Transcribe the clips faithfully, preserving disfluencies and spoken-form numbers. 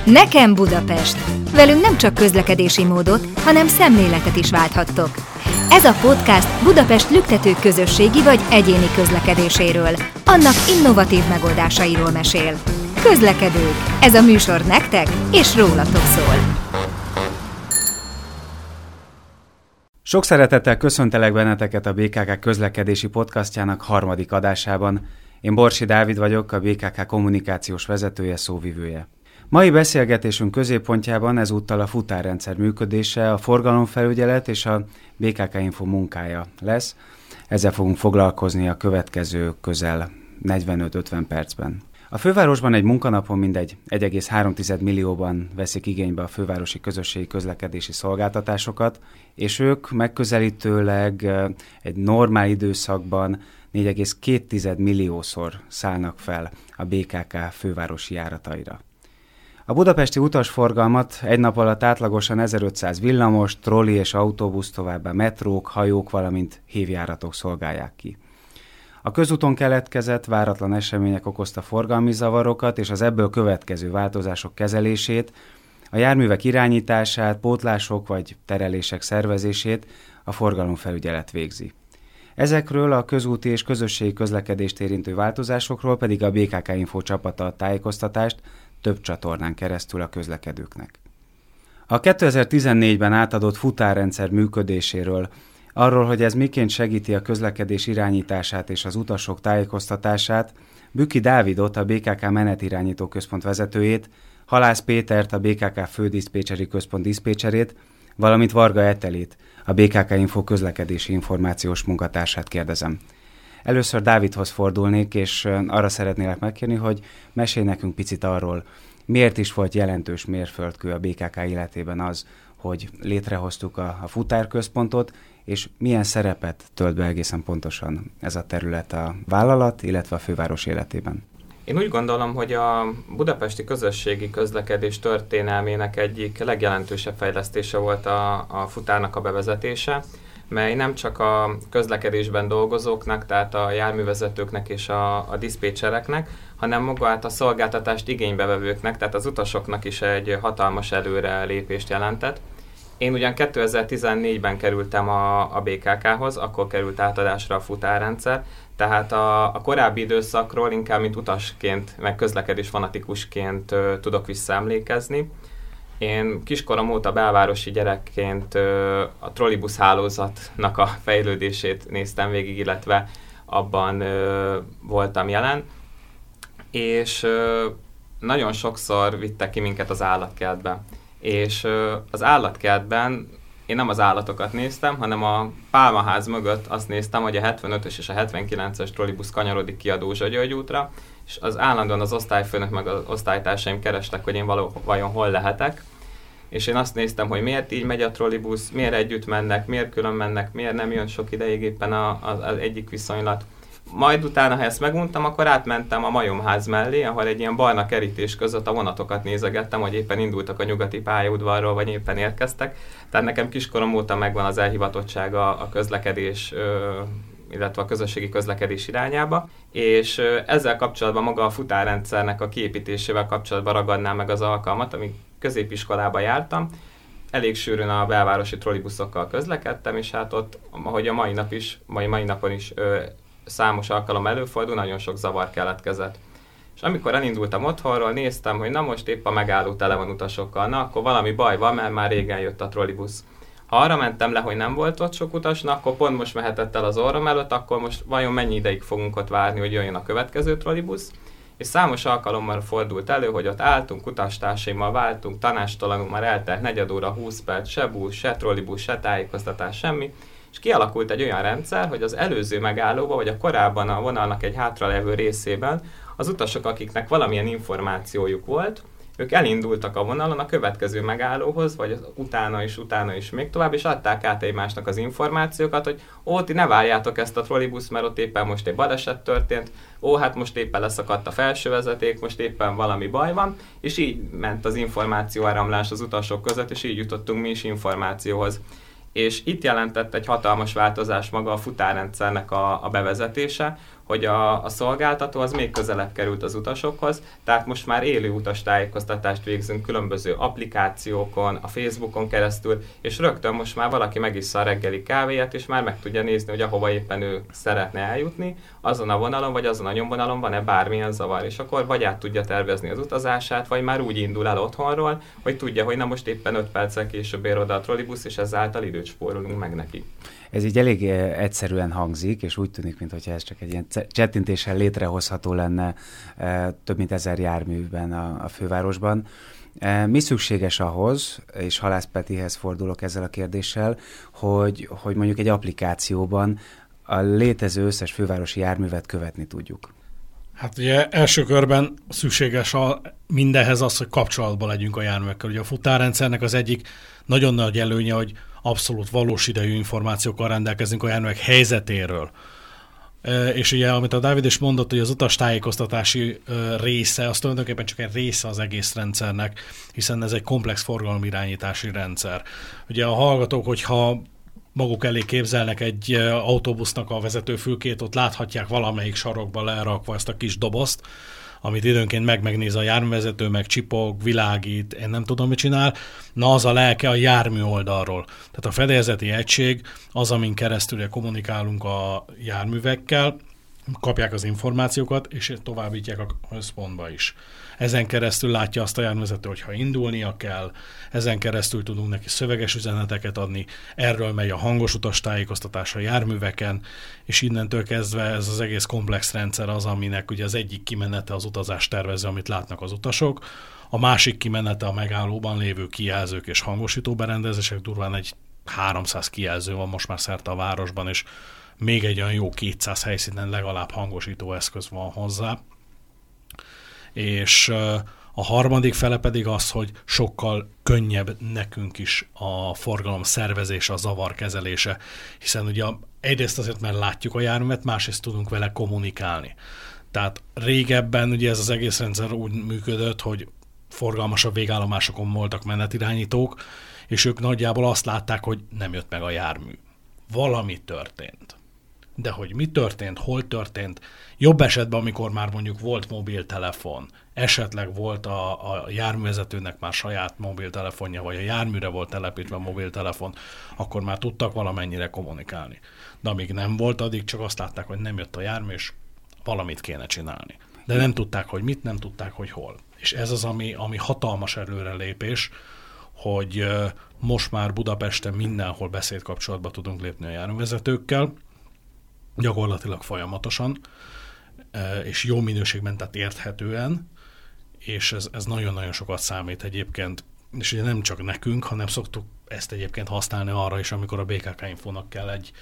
Nekem Budapest. Velünk nem csak közlekedési módot, hanem szemléletet is válthattok. Ez a podcast Budapest lüktető közösségi vagy egyéni közlekedéséről, annak innovatív megoldásairól mesél. Közlekedők. Ez a műsor nektek és rólatok szól. Sok szeretettel köszöntelek benneteket a bé ká ká közlekedési podcastjának harmadik adásában. Én Borsi Dávid vagyok, a bé ká ká kommunikációs vezetője, szóvivője. Mai beszélgetésünk középpontjában ezúttal a futárrendszer működése, a forgalomfelügyelet és a bé ká ká Info munkája lesz. Ezzel fogunk foglalkozni a következő közel negyvenöt-ötven percben. A fővárosban egy munkanapon mindegy egy egész három millióban veszik igénybe a fővárosi közösségi közlekedési szolgáltatásokat, és ők megközelítőleg egy normál időszakban négy egész két milliószor szállnak fel a bé ká ká fővárosi járataira. A budapesti utasforgalmat egy nap alatt átlagosan ezerötszáz villamos, trolli és autóbusz, továbbá metrók, hajók, valamint hévjáratok szolgálják ki. A közúton keletkezett váratlan események okozta forgalmi zavarokat és az ebből következő változások kezelését, a járművek irányítását, pótlások vagy terelések szervezését a forgalomfelügyelet végzi. Ezekről a közúti és közösségi közlekedést érintő változásokról pedig a bé ká ká Info csapata a tájékoztatást több csatornán keresztül a közlekedőknek. A kétezer-tizennégyben átadott futárrendszer működéséről, arról, hogy ez miként segíti a közlekedés irányítását és az utasok tájékoztatását, Bükki Dávidot, a bé ká ká menetirányító központ vezetőjét, Halász Pétert, a bé ká ká fődiszpécseri központ diszpécserét, valamint Varga Etelét, a bé ká ká Info közlekedési információs munkatársát kérdezem. Először Dávidhoz fordulnék, és arra szeretnélek megkérni, hogy mesélj nekünk picit arról, miért is volt jelentős mérföldkő a bé ká ká életében az, hogy létrehoztuk a, a futárközpontot, és milyen szerepet tölt be egészen pontosan ez a terület a vállalat, illetve a főváros életében. Én úgy gondolom, hogy a budapesti közösségi közlekedés történelmének egyik legjelentősebb fejlesztése volt a, a futárnak a bevezetése, mely nem csak a közlekedésben dolgozóknak, tehát a járművezetőknek és a, a diszpécsereknek, hanem magát a szolgáltatást igénybevevőknek, tehát az utasoknak is egy hatalmas előre lépést jelentett. Én ugyan kétezer-tizennégyben kerültem a, a bé ká kához, akkor került átadásra a futárrendszer, tehát a, a korábbi időszakról inkább mint utasként, meg közlekedés fanatikusként ö, tudok visszaemlékezni. Én kiskorom óta belvárosi gyerekként ö, a trollibusz hálózatnak a fejlődését néztem végig, illetve abban ö, voltam jelen, és ö, nagyon sokszor vittek ki minket az állatkertbe. És ö, az állatkertben én nem az állatokat néztem, hanem a pálmaház mögött azt néztem, hogy a hetvenötös és a hetvenkilences trollibusz kanyarodik ki a Dózsa György útra, és az állandóan az osztályfőnök meg az osztálytársaim kerestek, hogy én való, vajon hol lehetek. És én azt néztem, hogy miért így megy a trollibusz, miért együtt mennek, miért külön mennek, miért nem jön sok ideig éppen az egyik viszonylat. Majd utána, ha ezt meguntam, akkor átmentem a majomház mellé, ahol egy ilyen barna kerítés között a vonatokat nézegettem, hogy éppen indultak a nyugati pályaudvarról, vagy éppen érkeztek. Tehát nekem kiskorom óta megvan az elhivatottsága a közlekedés, illetve a közösségi közlekedés irányába, és ezzel kapcsolatban maga a futárrendszernek a kiépítésével kapcsolatban ragadnám meg az alkalmat, amíg középiskolába jártam. Elég sűrűn a belvárosi trollibuszokkal közlekedtem, és hát ott, ahogy a mai nap is, mai, mai napon is ö, számos alkalom előfordul, nagyon sok zavar keletkezett. És amikor elindultam otthonról, néztem, hogy na most épp a megálló tele van utasokkal, na akkor valami baj van, mert már régen jött a trollibusz. Ha arra mentem le, hogy nem volt ott sok utas, na akkor pont most mehetett el az orrom előtt, akkor most vajon mennyi ideig fogunk ott várni, hogy jöjjön a következő trollibusz. És számos alkalommal fordult elő, hogy ott álltunk, utastársaimmal váltunk, tanástalanul már eltelt negyed óra, húsz perc, se busz, se trollibusz, se tájékoztatás, semmi. És kialakult egy olyan rendszer, hogy az előző megállóba, vagy a korábban a vonalnak egy hátralevő részében az utasok, akiknek valamilyen információjuk volt, ők elindultak a vonalon a következő megállóhoz, vagy utána is, utána is még tovább, és adták át egymásnak az információkat, hogy ó, ti ne várjátok ezt a trollibusz, mert ott éppen most egy baleset történt, ó, hát most éppen leszakadt a felső vezeték, most éppen valami baj van, és így ment az információáramlás az utasok között, és így jutottunk mi is információhoz. És itt jelentett egy hatalmas változás maga a futárrendszernek a, a bevezetése, hogy a, a szolgáltató az még közelebb került az utasokhoz, tehát most már élő utastájékoztatást végzünk különböző applikációkon, a Facebookon keresztül, és rögtön most már valaki megissza a reggeli kávéját, és már meg tudja nézni, hogy ahova éppen ő szeretne eljutni, azon a vonalon, vagy azon a nyomvonalon van-e bármilyen zavar, és akkor vagy át tudja tervezni az utazását, vagy már úgy indul el otthonról, hogy tudja, hogy na most éppen öt perccel később ér oda a trollibusz, és ezáltal időt spórolunk meg neki. Ez így elég egyszerűen hangzik, és úgy tűnik, mintha ez csak egy ilyen csettintéssel létrehozható lenne több mint ezer járműben a, a fővárosban. Mi szükséges ahhoz, és Halász Petihez fordulok ezzel a kérdéssel, hogy, hogy mondjuk egy applikációban a létező összes fővárosi járművet követni tudjuk? Hát ugye első körben szükséges a, mindenhez az, hogy kapcsolatban legyünk a járművekkel. Ugye a futárrendszernek az egyik nagyon nagy előnye, hogy abszolút valós idejű információkkal rendelkezünk a járművek helyzetéről. E, és ugye, amit a Dávid is mondott, hogy az utastájékoztatási e, része, az tulajdonképpen csak egy része az egész rendszernek, hiszen ez egy komplex forgalomirányítási rendszer. Ugye a hallgatók, hogyha maguk elé képzelnek egy autóbusznak a vezetőfülkét, ott láthatják valamelyik sarokba lerakva ezt a kis dobozt, amit időnként meg megnéz a járművezető, meg csipog, világít, én nem tudom, mit csinál. Na, az a lelke a jármű oldalról. Tehát a fedélzeti egység az, amin keresztül kommunikálunk a járművekkel, kapják az információkat, és továbbítják a központba is. Ezen keresztül látja azt a járművezető, hogy ha indulnia kell, ezen keresztül tudunk neki szöveges üzeneteket adni, erről megy a hangos utastájékoztatás a járműveken, és innentől kezdve ez az egész komplex rendszer az, aminek ugye az egyik kimenete az utazás tervező, amit látnak az utasok, a másik kimenete a megállóban lévő kijelzők és hangosító berendezések, durván egy háromszáz kijelző van most már szerte a városban, és még egy olyan jó kétszáz helyszínen legalább hangosító eszköz van hozzá. És a harmadik fele pedig az, hogy sokkal könnyebb nekünk is a forgalom szervezése, a zavar kezelése, hiszen ugye egyrészt azért, mert látjuk a járművet, másrészt tudunk vele kommunikálni. Tehát régebben ugye ez az egész rendszer úgy működött, hogy forgalmasabb végállomásokon voltak menetirányítók, és ők nagyjából azt látták, hogy nem jött meg a jármű. Valami történt. De hogy mi történt, hol történt, jobb esetben, amikor már mondjuk volt mobiltelefon, esetleg volt a, a járművezetőnek már saját mobiltelefonja, vagy a járműre volt telepítve a mobiltelefon, akkor már tudtak valamennyire kommunikálni. De amíg nem volt, addig csak azt látták, hogy nem jött a jármű, és valamit kéne csinálni. De nem tudták, hogy mit, nem tudták, hogy hol. És ez az, ami, ami hatalmas előrelépés, hogy most már Budapesten mindenhol beszédkapcsolatba tudunk lépni a járművezetőkkel, gyakorlatilag folyamatosan, és jó minőségben, tehát érthetően, és ez, ez nagyon-nagyon sokat számít egyébként, és ugye nem csak nekünk, hanem szoktuk ezt egyébként használni arra is, amikor a bé ká ká Infónak kell egy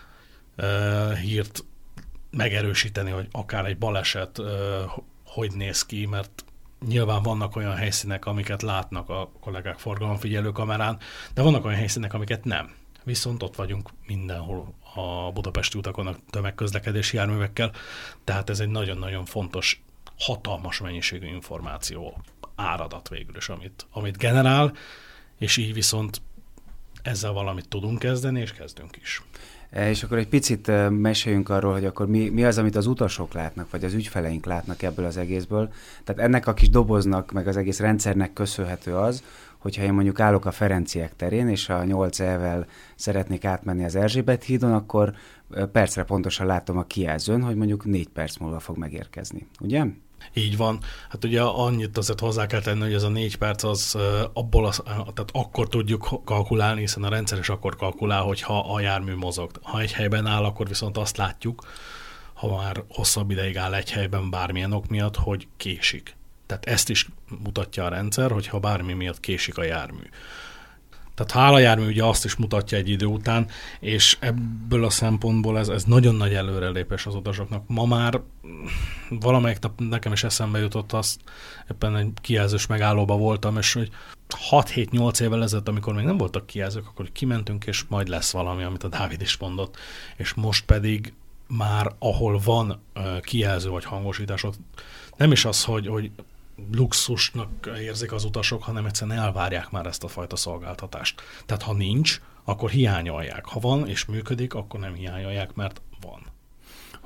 uh, hírt megerősíteni, hogy akár egy baleset uh, hogy néz ki, mert nyilván vannak olyan helyszínek, amiket látnak a kollégák forgalomfigyelő kamerán, de vannak olyan helyszínek, amiket nem. Viszont ott vagyunk mindenhol a budapesti utakon a tömegközlekedési járművekkel, tehát ez egy nagyon-nagyon fontos, hatalmas mennyiségű információ, áradat végül is, amit, amit generál, és így viszont ezzel valamit tudunk kezdeni, és kezdünk is. És akkor egy picit meséljünk arról, hogy akkor mi, mi az, amit az utasok látnak, vagy az ügyfeleink látnak ebből az egészből. Tehát ennek a kis doboznak, meg az egész rendszernek köszönhető az, hogyha én mondjuk állok a Ferenciek terén, és a nyolc E-vel szeretnék átmenni az Erzsébet hídon, akkor percre pontosan látom a kijelzőn, hogy mondjuk négy perc múlva fog megérkezni. Ugye? Így van. Hát ugye annyit azért hozzá kell tenni, hogy ez a négy perc az abból, az, tehát akkor tudjuk kalkulálni, hiszen a rendszer is akkor kalkulál, hogyha a jármű mozog. Ha egy helyben áll, akkor viszont azt látjuk, ha már hosszabb ideig áll egy helyben bármilyen ok miatt, hogy késik. Tehát ezt is mutatja a rendszer, hogy ha bármi miatt késik a jármű. Tehát hálajármű ugye azt is mutatja egy idő után, és ebből a szempontból ez, ez nagyon nagy előrelépés az utasoknak. Ma már valamelyik nap nekem is eszembe jutott, azt éppen egy kijelzős megállóban voltam, és hogy hat-hét-nyolc évvel ezelőtt, amikor még nem voltak kijelzők, akkor kimentünk, és majd lesz valami, amit a Dávid is mondott. És most pedig már ahol van uh, kijelző vagy hangosítás, ott nem is az, hogy, hogy luxusnak érzik az utasok, hanem egyszerűen elvárják már ezt a fajta szolgáltatást. Tehát ha nincs, akkor hiányolják. Ha van és működik, akkor nem hiányolják, mert van.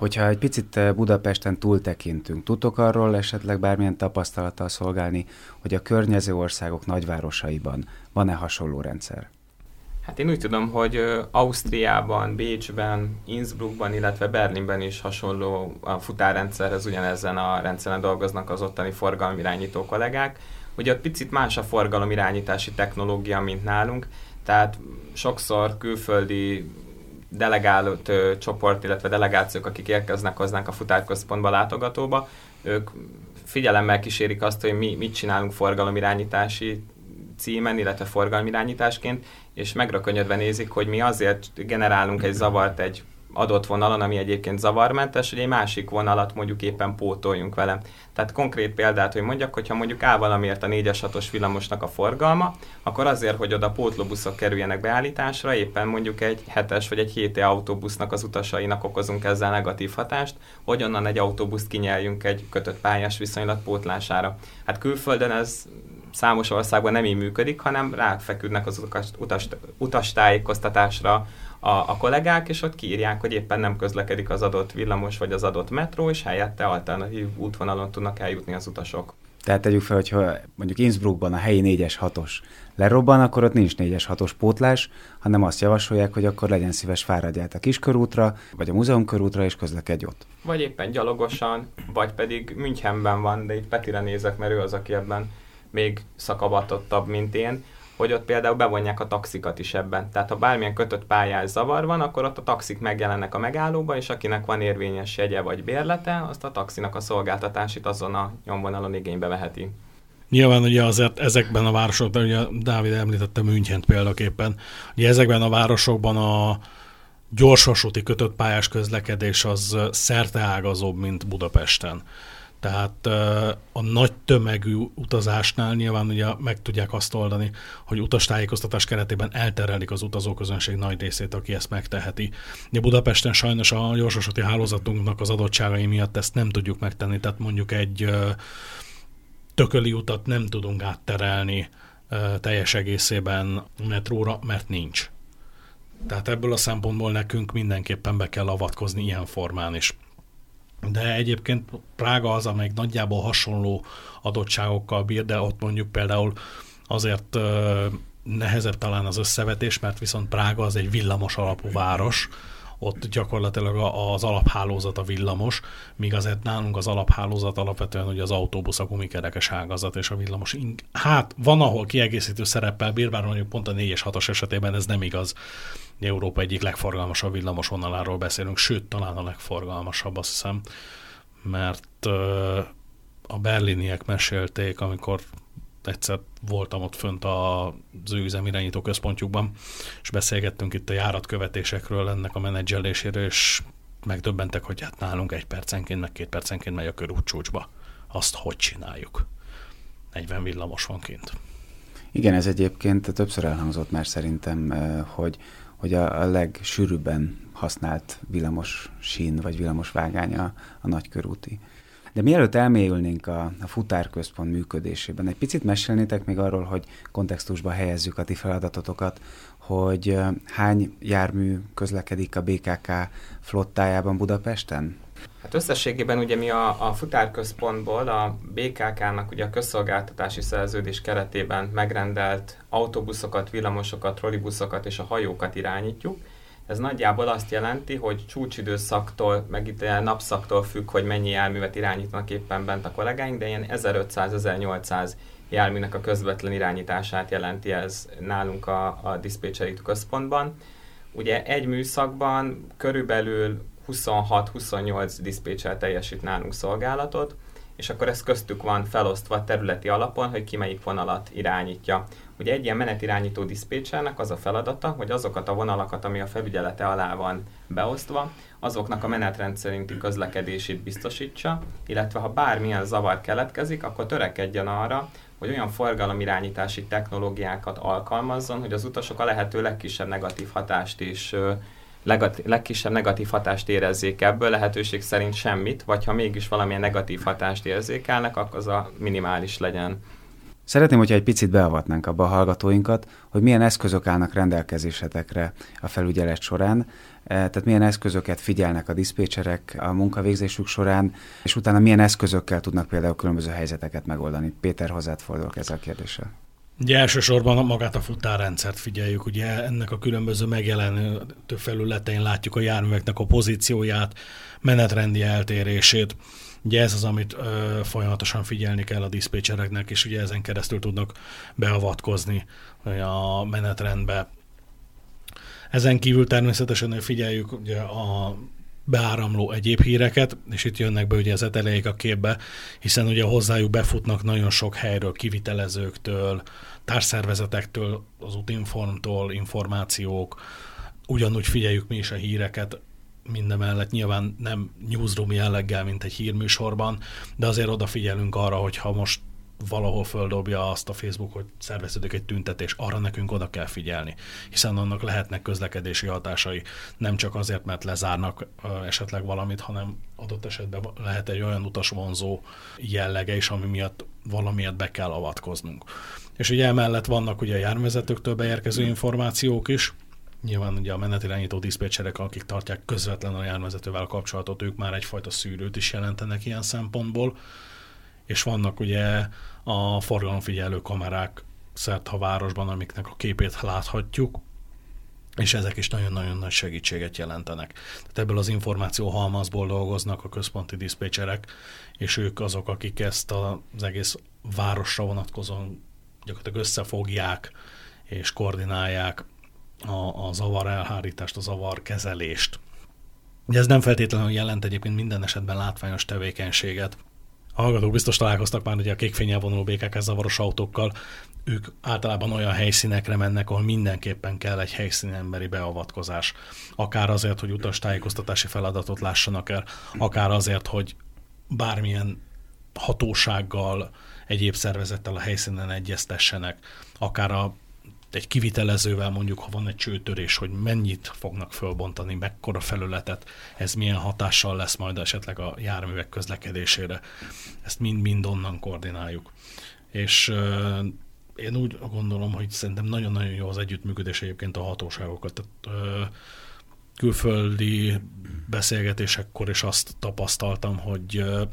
Hogyha egy picit Budapesten túltekintünk, tudtok arról esetleg bármilyen tapasztalattal szolgálni, hogy a környező országok nagyvárosaiban van-e hasonló rendszer? Hát én úgy tudom, hogy Ausztriában, Bécsben, Innsbruckban, illetve Berlinben is hasonló a futárrendszerhez, ugyanezen a rendszeren dolgoznak az ottani forgalomirányító kollégák. Ugye ott picit más a forgalomirányítási technológia, mint nálunk, tehát sokszor külföldi delegálott ö, csoport, illetve delegációk, akik érkeznek hozzánk a futárközpontba, látogatóba, ők figyelemmel kísérik azt, hogy mi mit csinálunk forgalomirányítási címen, illetve forgalomirányításként, és megrökönyödve nézik, hogy mi azért generálunk egy zavart egy adott vonalon, ami egyébként zavarmentes, hogy egy másik vonalat mondjuk éppen pótoljunk vele. Tehát konkrét példát, hogy mondjak, hogyha mondjuk áll valamiért a négyes hatos villamosnak a forgalma, akkor azért, hogy oda pótlóbuszok kerüljenek beállításra, éppen mondjuk egy hetes vagy egy hét autóbusznak az utasainak okozunk ezzel negatív hatást, hogy onnan egy autóbuszt kinyeljünk egy kötött pályás viszonylat pótlására. Hát külföldön ez számos országban nem így működik, hanem ráfeküdnek az utas, utastájékoztatásra a, a kollégák, és ott kiírják, hogy éppen nem közlekedik az adott villamos vagy az adott metró, és helyette alternatív útvonalon tudnak eljutni az utasok. Tehát tegyük fel, hogyha mondjuk Innsbruckban a helyi négyes hatos lerobban, akkor ott nincs négyes hatos pótlás, hanem azt javasolják, hogy akkor legyen szíves, fáradj át a Kiskörútra, vagy a Múzeumkörútra, és közlekedj ott. Vagy éppen gyalogosan, vagy pedig Münchenben van, de itt Petire nézek, mert ő az, aki ebben még szakavatottabb, mint én, hogy ott például bevonják a taxikat is ebben. Tehát ha bármilyen kötött pályás zavar van, akkor ott a taxik megjelennek a megállóba, és akinek van érvényes jegye vagy bérlete, azt a taxinak a szolgáltatását azon a nyomvonalon igénybe veheti. Nyilván ugye azért ezekben a városokban, ugye Dávid említette Münchent példaképpen, ugye ezekben a városokban a gyorsvasúti kötött pályás közlekedés az szerteágazóbb, mint Budapesten. Tehát a nagy tömegű utazásnál nyilván ugye meg tudják azt oldani, hogy utastájékoztatás keretében elterelik az utazóközönség nagy részét, aki ezt megteheti. Ugye Budapesten sajnos a gyorsvasúti hálózatunknak az adottságai miatt ezt nem tudjuk megtenni, tehát mondjuk egy Tököli utat nem tudunk átterelni teljes egészében metróra, mert nincs. Tehát ebből a szempontból nekünk mindenképpen be kell avatkozni ilyen formán is. De egyébként Prága az, amelyik nagyjából hasonló adottságokkal bír, de ott mondjuk például azért nehezebb talán az összevetés, mert viszont Prága az egy villamos alapú város, ott gyakorlatilag az alaphálózat a villamos, míg azért nálunk az alaphálózat alapvetően ugye az autóbusz, a gumikerekes ágazat és a villamos. Hát van, ahol kiegészítő szereppel bír, bár mondjuk pont a négyes hatos esetében ez nem igaz. Európa egyik legforgalmasabb villamos vonaláról beszélünk, sőt, talán a legforgalmasabb, azt hiszem, mert a berliniek mesélték, amikor egyszer voltam ott fönt az ő üzemirányító központjukban, és beszélgettünk itt a járatkövetésekről, ennek a menedzseléséről, és megdöbbentek, hogy hát nálunk egy percenként, meg két percenként megy a körút csúcsba. Azt hogy csináljuk? negyven villamos van kint. Igen, ez egyébként többször elhangzott már szerintem, hogy, hogy a, a legsűrűbben használt villamos sín, vagy villamos vágány a, a nagykörúti. De mielőtt elmélyülnénk a, a futárközpont működésében, egy picit mesélnétek még arról, hogy kontextusba helyezzük a ti feladatotokat, hogy uh, hány jármű közlekedik a bé ká ká flottájában Budapesten? Hát összességében ugye mi a, a futárközpontból a bé ká ká-nak ugye a közszolgáltatási szerződés keretében megrendelt autóbuszokat, villamosokat, trollibuszokat és a hajókat irányítjuk. Ez nagyjából azt jelenti, hogy csúcsidőszaktól, meg itt ilyen napszaktól függ, hogy mennyi járművet irányítanak éppen bent a kollégáink, de ilyen ezerötszáz-ezernyolcszáz járműnek a közvetlen irányítását jelenti ez nálunk a, a diszpécserítő központban. Ugye egy műszakban körülbelül huszonhat-huszonnyolc diszpécser teljesít nálunk szolgálatot, és akkor ez köztük van felosztva területi alapon, hogy ki melyik vonalat irányítja. Ugye egy ilyen menetirányító diszpécsernek az a feladata, hogy azokat a vonalakat, ami a felügyelete alá van beosztva, azoknak a menetrend szerinti közlekedését biztosítsa, illetve ha bármilyen zavar keletkezik, akkor törekedjen arra, hogy olyan forgalomirányítási technológiákat alkalmazzon, hogy az utasok a lehető legkisebb negatív hatást is Legati- legkisebb negatív hatást érezzék ebből, lehetőség szerint semmit, vagy ha mégis valamilyen negatív hatást érzékelnek, akkor az a minimális legyen. Szeretném, hogyha egy picit beavatnánk abba a hallgatóinkat, hogy milyen eszközök állnak rendelkezésetekre a felügyelet során. Tehát milyen eszközöket figyelnek a diszpécserek a munkavégzésük során, és utána milyen eszközökkel tudnak például különböző helyzeteket megoldani. Péter, hozzád fordulok ezzel a kérdéssel. Ugye elsősorban magát a futárrendszert figyeljük, ugye ennek a különböző megjelenő felületein látjuk a járműveknek a pozícióját, menetrendi eltérését. Ugye ez az, amit ö, folyamatosan figyelni kell a diszpécsereknek, és ugye ezen keresztül tudnak beavatkozni a menetrendbe. Ezen kívül természetesen figyeljük ugye a beáramló egyéb híreket, és itt jönnek be ugye az eteleik a képbe, hiszen ugye hozzájuk befutnak nagyon sok helyről, kivitelezőktől, társszervezetektől, az Utinformtól információk, ugyanúgy figyeljük mi is a híreket, mindemellett nyilván nem newsroom jelleggel, mint egy hírműsorban, de azért odafigyelünk arra, hogy ha most valahol földobja azt a Facebook, hogy szerveződik egy tüntetés, arra nekünk oda kell figyelni, hiszen annak lehetnek közlekedési hatásai, nem csak azért, mert lezárnak esetleg valamit, hanem adott esetben lehet egy olyan utasvonzó jellege is, ami miatt valamiért be kell avatkoznunk. És ugye emellett vannak ugye a járművezetőktől beérkező információk is, nyilván ugye a menetirányító diszpécserek, akik tartják közvetlen a járművezetővel a kapcsolatot, ők már egyfajta szűrőt is jelentenek ilyen szempontból, és vannak ugye a forgalomfigyelő kamerák szerte a városban, amiknek a képét láthatjuk, és ezek is nagyon-nagyon nagy segítséget jelentenek. Tehát ebből az információ halmazból dolgoznak a központi diszpécserek, és ők azok, akik ezt az egész városra vonatkozóan gyakorlatilag összefogják és koordinálják a, a zavar elhárítást, a zavar kezelést. De ez nem feltétlenül jelent egyébként minden esetben látványos tevékenységet. A hallgatók biztos találkoztak már ugye a kékfénnyel vonuló bé ká ká zavaros autókkal, ők általában olyan helyszínekre mennek, ahol mindenképpen kell egy helyszíni emberi beavatkozás. Akár azért, hogy utastájékoztatási feladatot lássanak el, akár azért, hogy bármilyen hatósággal, egyéb szervezettel a helyszínen egyeztessenek, akár a, egy kivitelezővel mondjuk, ha van egy csőtörés, hogy mennyit fognak fölbontani, mekkora felületet, ez milyen hatással lesz majd esetleg a járművek közlekedésére. Ezt mind-mind onnan koordináljuk. És euh, én úgy gondolom, hogy szerintem nagyon-nagyon jó az együttműködés egyébként a hatóságokat. Tehát, euh, külföldi beszélgetésekkor is azt tapasztaltam, hogy euh,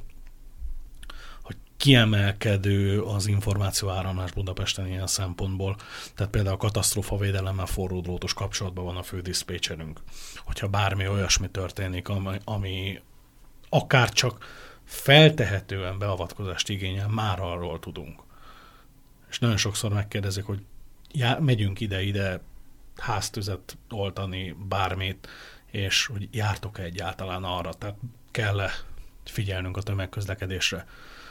kiemelkedő az információáramlás Budapesten ilyen szempontból. Tehát például a katasztrófavédelemmel forró drótos kapcsolatban van a fődiszpécserünk. Hogyha bármi olyasmi történik, ami, ami akár csak feltehetően beavatkozást igényel, már arról tudunk. És nagyon sokszor megkérdezik, hogy já, megyünk ide-ide háztüzet oltani, bármit, és hogy jártok-e egyáltalán arra, tehát kell-e figyelnünk a tömegközlekedésre.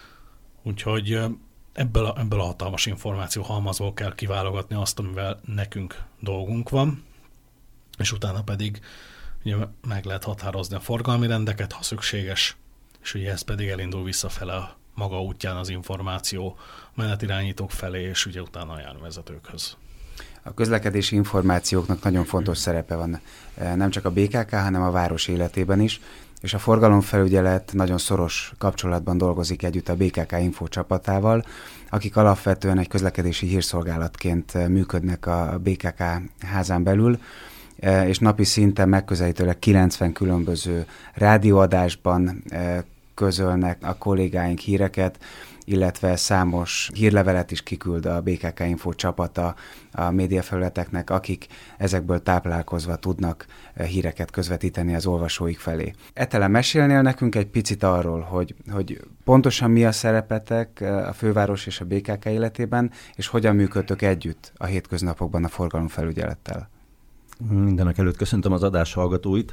Úgyhogy ebből a, ebből a hatalmas információ halmazból kell kiválogatni azt, amivel nekünk dolgunk van, és utána pedig ugye meg lehet határozni a forgalmi rendeket, ha szükséges, és ugye ez pedig elindul visszafele a maga útján az információ menetirányítók felé, és ugye utána a járművezetőkhöz. A közlekedési információknak nagyon fontos szerepe van nem csak a bé ká ká, hanem a város életében is, és a forgalomfelügyelet nagyon szoros kapcsolatban dolgozik együtt a bé ká ká Info csapatával, akik alapvetően egy közlekedési hírszolgálatként működnek a bé ká ká házán belül, és napi szinten megközelítőleg kilencven különböző rádióadásban közölnek a kollégáink híreket, illetve számos hírlevelet is kiküld a bé ká ká Info csapata a médiafelületeknek, akik ezekből táplálkozva tudnak híreket közvetíteni az olvasóik felé. Etelen mesélnél nekünk egy picit arról, hogy, hogy pontosan mi a szerepetek a főváros és a bé ká ká életében, és hogyan működtök együtt a hétköznapokban a forgalomfelügyelettel? Mindenek előtt köszöntöm az adás hallgatóit,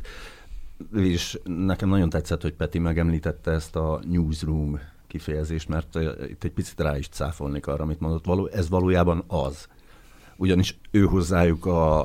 és nekem nagyon tetszett, hogy Peti megemlítette ezt a newsroom kifejezést, mert itt egy picit rá is cáfolnék arra, amit mondott. Való, ez valójában az. Ugyanis ő hozzájuk a,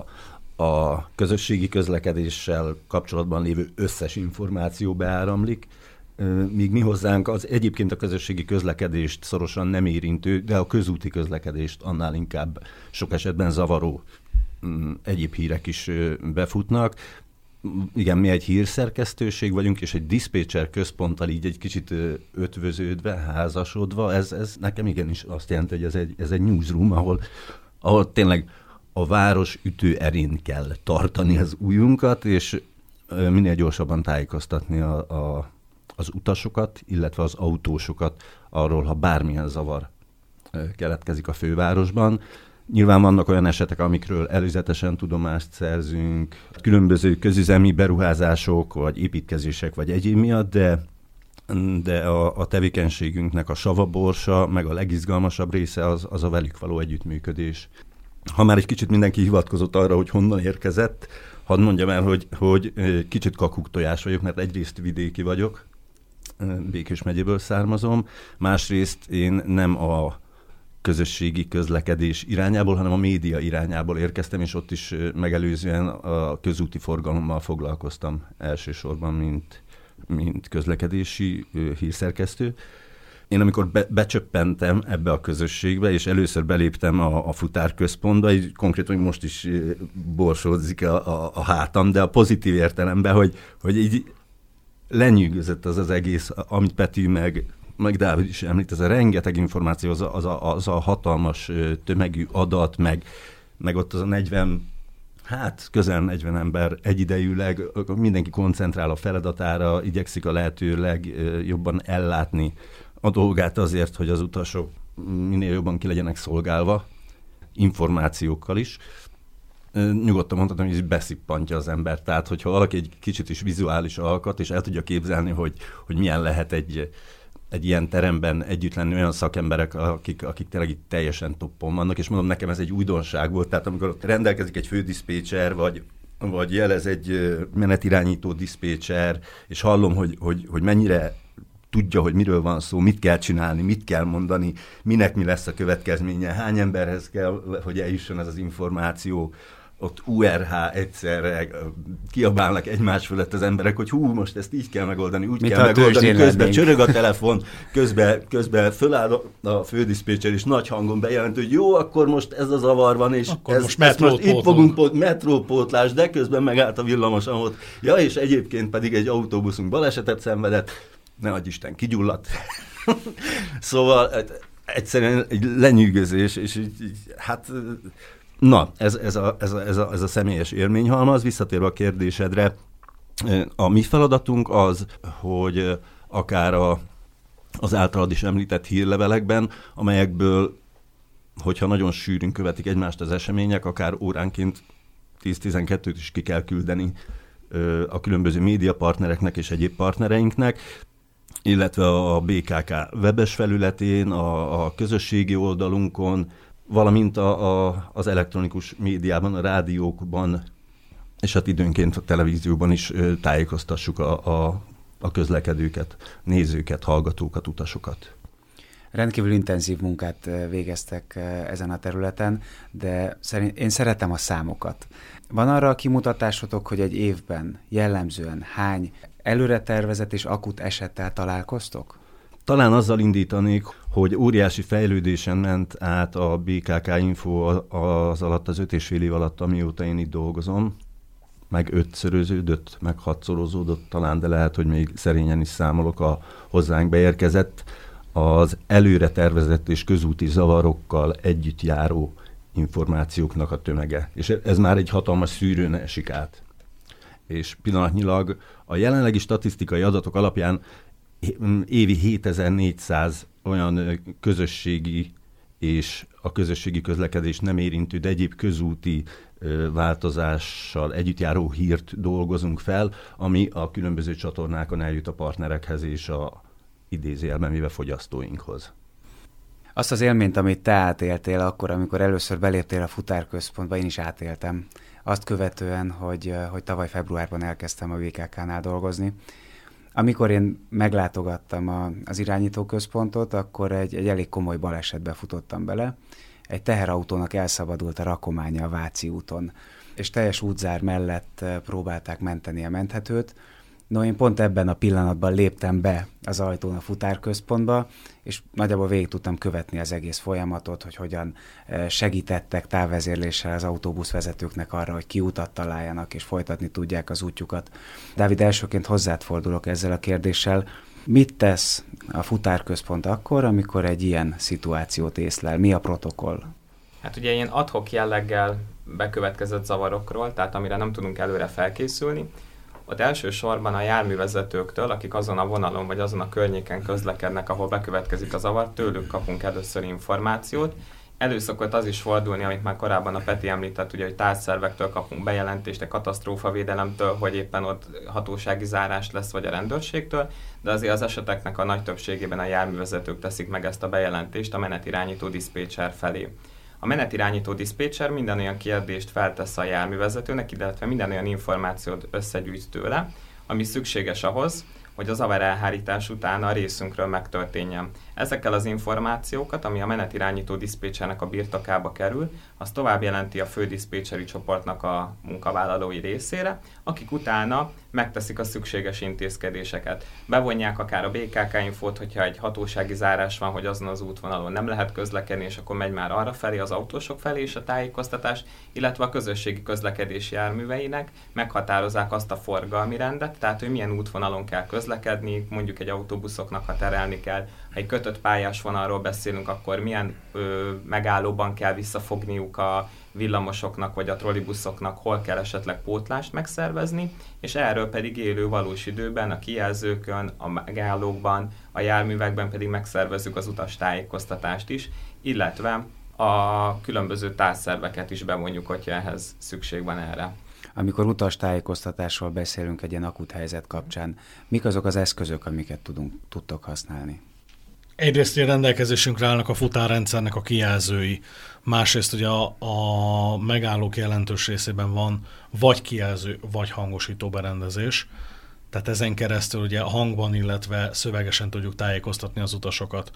a közösségi közlekedéssel kapcsolatban lévő összes információ beáramlik, míg mi hozzánk az egyébként a közösségi közlekedést szorosan nem érintő, de a közúti közlekedést annál inkább sok esetben zavaró egyéb hírek is befutnak. Igen, mi egy hírszerkesztőség vagyunk, és egy diszpécser központtal így egy kicsit ötvöződve, házasodva, ez, ez nekem igenis azt jelenti, hogy ez egy, ez egy newsroom, ahol, ahol tényleg a város ütőerén kell tartani az ujjunkat, és minél gyorsabban tájékoztatni a, a, az utasokat, illetve az autósokat arról, ha bármilyen zavar keletkezik a fővárosban. Nyilván vannak olyan esetek, amikről előzetesen tudomást szerzünk, különböző közüzemi beruházások, vagy építkezések, vagy egyéb miatt, de, de a, a tevékenységünknek a savaborsa, meg a legizgalmasabb része az, az a velük való együttműködés. Ha már egy kicsit mindenki hivatkozott arra, hogy honnan érkezett, hadd mondjam el, hogy, hogy kicsit kakuktojás vagyok, mert egyrészt vidéki vagyok, Békés megyéből származom, másrészt én nem a közösségi közlekedés irányából, hanem a média irányából érkeztem, és ott is megelőzően a közúti forgalommal foglalkoztam elsősorban, mint, mint közlekedési hírszerkesztő. Én amikor be, becsöppentem ebbe a közösségbe, és először beléptem a, a futárközpontba, így konkrétan most is borsódzik a, a, a hátam, de a pozitív értelemben, hogy, hogy így lenyűgözött az az egész, amit Peti meg meg Dávid is említ, ez a rengeteg információ, az a, az a, az a hatalmas tömegű adat, meg, meg ott az a negyven, hát közel negyven ember egyidejűleg, mindenki koncentrál a feladatára, igyekszik a lehető legjobban ellátni a dolgát azért, hogy az utasok minél jobban ki legyenek szolgálva, információkkal is. Nyugodtan mondhatom, hogy beszippantja az ember. Tehát, hogyha valaki egy kicsit is vizuális alkat, és el tudja képzelni, hogy, hogy milyen lehet egy egy ilyen teremben együtt lenni olyan szakemberek, akik, akik tényleg itt teljesen toppon vannak, és mondom, nekem ez egy újdonság volt, tehát amikor rendelkezik egy fődiszpécser, vagy, vagy jelez egy menetirányító diszpécser, és hallom, hogy, hogy, hogy mennyire tudja, hogy miről van szó, mit kell csinálni, mit kell mondani, minek mi lesz a következménye, hány emberhez kell, hogy eljusson ez az információ, ott u er há egyszerre kiabálnak egymás fölött az emberek, hogy hú, most ezt így kell megoldani, úgy Mit kell megoldani, közben lennénk. Csörög a telefon, közben, közben föláll a fődiszpécser, és nagy hangon bejelent, hogy jó, akkor most ez a zavar van, és ez, most, ezt most itt fogunk, pót, metrópótlás, de közben megállt a villamos, ahol, ja, és egyébként pedig egy autóbuszunk balesetet szenvedett, ne adj Isten, kigyulladt. Szóval egyszerűen egy lenyűgözés, és így, így, hát... Na, ez, ez, a, ez, a, ez, a, ez a személyes élményhalmaz, visszatérve a kérdésedre, a mi feladatunk az, hogy akár a, az általad is említett hírlevelekben, amelyekből, hogyha nagyon sűrűn követik egymást az események, akár óránként tíz-tizenkettőt is ki kell küldeni a különböző médiapartnereknek és egyéb partnereinknek, illetve a bé ká ká webes felületén, a, a közösségi oldalunkon, valamint a, a, az elektronikus médiában, a rádiókban, és hát időnként a televízióban is ö, tájékoztassuk a, a, a közlekedőket, nézőket, hallgatókat, utasokat. Rendkívül intenzív munkát végeztek ezen a területen, de szerint, én szeretem a számokat. Van arra a kimutatásotok, hogy egy évben jellemzően hány előre tervezett és akut esettel találkoztok? Talán azzal indítanék, hogy óriási fejlődésen ment át a bé ká ká Info az alatt, az öt és fél év alatt, amióta én itt dolgozom. Meg ötszöröződött, meg hatszorozódott talán, de lehet, hogy még szerényen is számolok a hozzánk beérkezett, az előre tervezett és közúti zavarokkal együtt járó információknak a tömege. És ez már egy hatalmas szűrőn esik át. És pillanatnyilag a jelenlegi statisztikai adatok alapján évi hétezer-négyszáz olyan közösségi és a közösségi közlekedés nem érintő, de egyéb közúti változással együttjáró hírt dolgozunk fel, ami a különböző csatornákon eljut a partnerekhez és a idézőjelben véve fogyasztóinkhoz. Azt az élményt, amit te átéltél akkor, amikor először beléptél a futárközpontba, én is átéltem. Azt követően, hogy, hogy tavaly februárban elkezdtem a bé ká ká-nál dolgozni. Amikor én meglátogattam a, az irányítóközpontot, akkor egy, egy elég komoly balesetbe futottam bele. Egy teherautónak elszabadult a rakománya a Váci úton, és teljes útzár mellett próbálták menteni a menthetőt. No, én pont ebben a pillanatban léptem be az ajtón a futárközpontba, és nagyjából végig tudtam követni az egész folyamatot, hogy hogyan segítettek távvezérléssel az autóbuszvezetőknek arra, hogy kiutat találjanak és folytatni tudják az útjukat. Dávid, elsőként hozzád fordulok ezzel a kérdéssel. Mit tesz a futárközpont akkor, amikor egy ilyen szituációt észlel? Mi a protokoll? Hát ugye ilyen ad hoc jelleggel bekövetkezett zavarokról, tehát amire nem tudunk előre felkészülni, ott elsősorban a járművezetőktől, akik azon a vonalon vagy azon a környéken közlekednek, ahol bekövetkezik a zavar, tőlük kapunk először információt. Elő szokott az is fordulni, amit már korábban a Peti említett, ugye, hogy tárgyszervektől kapunk bejelentést, a katasztrófavédelemtől, hogy éppen ott hatósági zárás lesz, vagy a rendőrségtől, de azért az eseteknek a nagy többségében a járművezetők teszik meg ezt a bejelentést a menetirányító diszpécser felé. A menetirányító diszpécser minden olyan kérdést feltesz a járművezetőnek, illetve minden olyan információt összegyűjt tőle, ami szükséges ahhoz, hogy a zavar elhárítás után a részünkről megtörténjen. Ezekkel az információkat, ami a menetirányító diszpécsernek a birtokába kerül, az tovább jelenti a fődiszpécseri csoportnak a munkavállalói részére, akik utána megteszik a szükséges intézkedéseket. Bevonják akár a bé ká ká infót, hogyha egy hatósági zárás van, hogy azon az útvonalon nem lehet közlekedni, és akkor megy már arra felé, az autósok felé is a tájékoztatás, illetve a közösségi közlekedési járműveinek meghatározzák azt a forgalmi rendet, tehát hogy milyen útvonalon kell közlekedni, mondjuk egy autóbuszoknak, ha terelni kell, ha egy kötött pályás vonalról beszélünk, akkor milyen ö, megállóban kell visszafogniuk a villamosoknak vagy a trollibuszoknak, hol kell esetleg pótlást megszervezni, és erről pedig élő valós időben a kijelzőkön, a megállókban, a járművekben pedig megszervezzük az utastájékoztatást is, illetve a különböző társzerveket is bevonjuk, hogyha ehhez szükség van erre. Amikor utastájékoztatásról beszélünk egy ilyen akut helyzet kapcsán, mik azok az eszközök, amiket tudunk, tudtok használni? Egyrészt ugye rendelkezésünkre állnak a futárrendszernek a kijelzői, másrészt ugye a, a megállók jelentős részében van vagy kijelző, vagy hangosító berendezés, tehát ezen keresztül ugye hangban, illetve szövegesen tudjuk tájékoztatni az utasokat.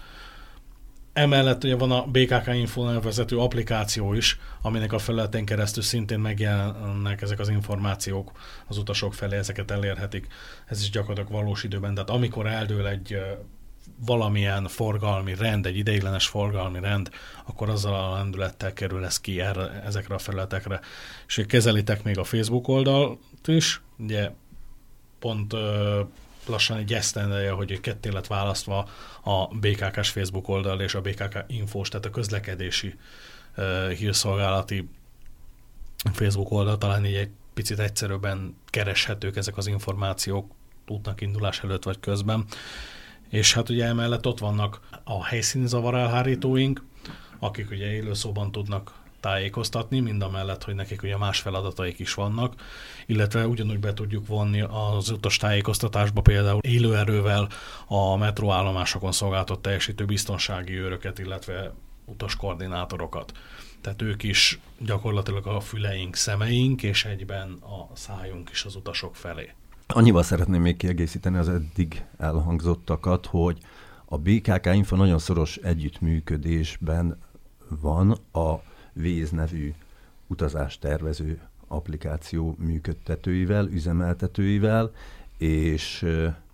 Emellett ugye van a bé ká ká Info nevezető applikáció is, aminek a felületén keresztül szintén megjelennek ezek az információk az utasok felé, ezeket elérhetik. Ez is gyakorlatilag valós időben, tehát amikor eldől egy valamilyen forgalmi rend, egy ideiglenes forgalmi rend, akkor azzal a lendülettel kerül ez ki erre, ezekre a felületekre. És kezelitek még a Facebook oldalt is, ugye pont ö, lassan egy esztendeje, hogy ketté lett választva a bé ká ká-s Facebook oldal és a bé ká ká Infós, tehát a közlekedési ö, hírszolgálati Facebook oldal, talán így egy picit egyszerűbben kereshetők ezek az információk útnak indulás előtt vagy közben. És hát ugye emellett ott vannak a helyszíni zavarelhárítóink, akik ugye élőszóban tudnak tájékoztatni, mind a mellett, hogy nekik ugye más feladataik is vannak, illetve ugyanúgy be tudjuk vonni az utas tájékoztatásba például élőerővel a metróállomásokon szolgáltatott teljesítő biztonsági őröket, illetve utaskoordinátorokat. Tehát ők is gyakorlatilag a füleink, szemeink, és egyben a szájunk is az utasok felé. Annyival szeretném még kiegészíteni az eddig elhangzottakat, hogy a bé ká ká Info nagyon szoros együttműködésben van a Waze nevű utazástervező applikáció működtetőivel, üzemeltetőivel, és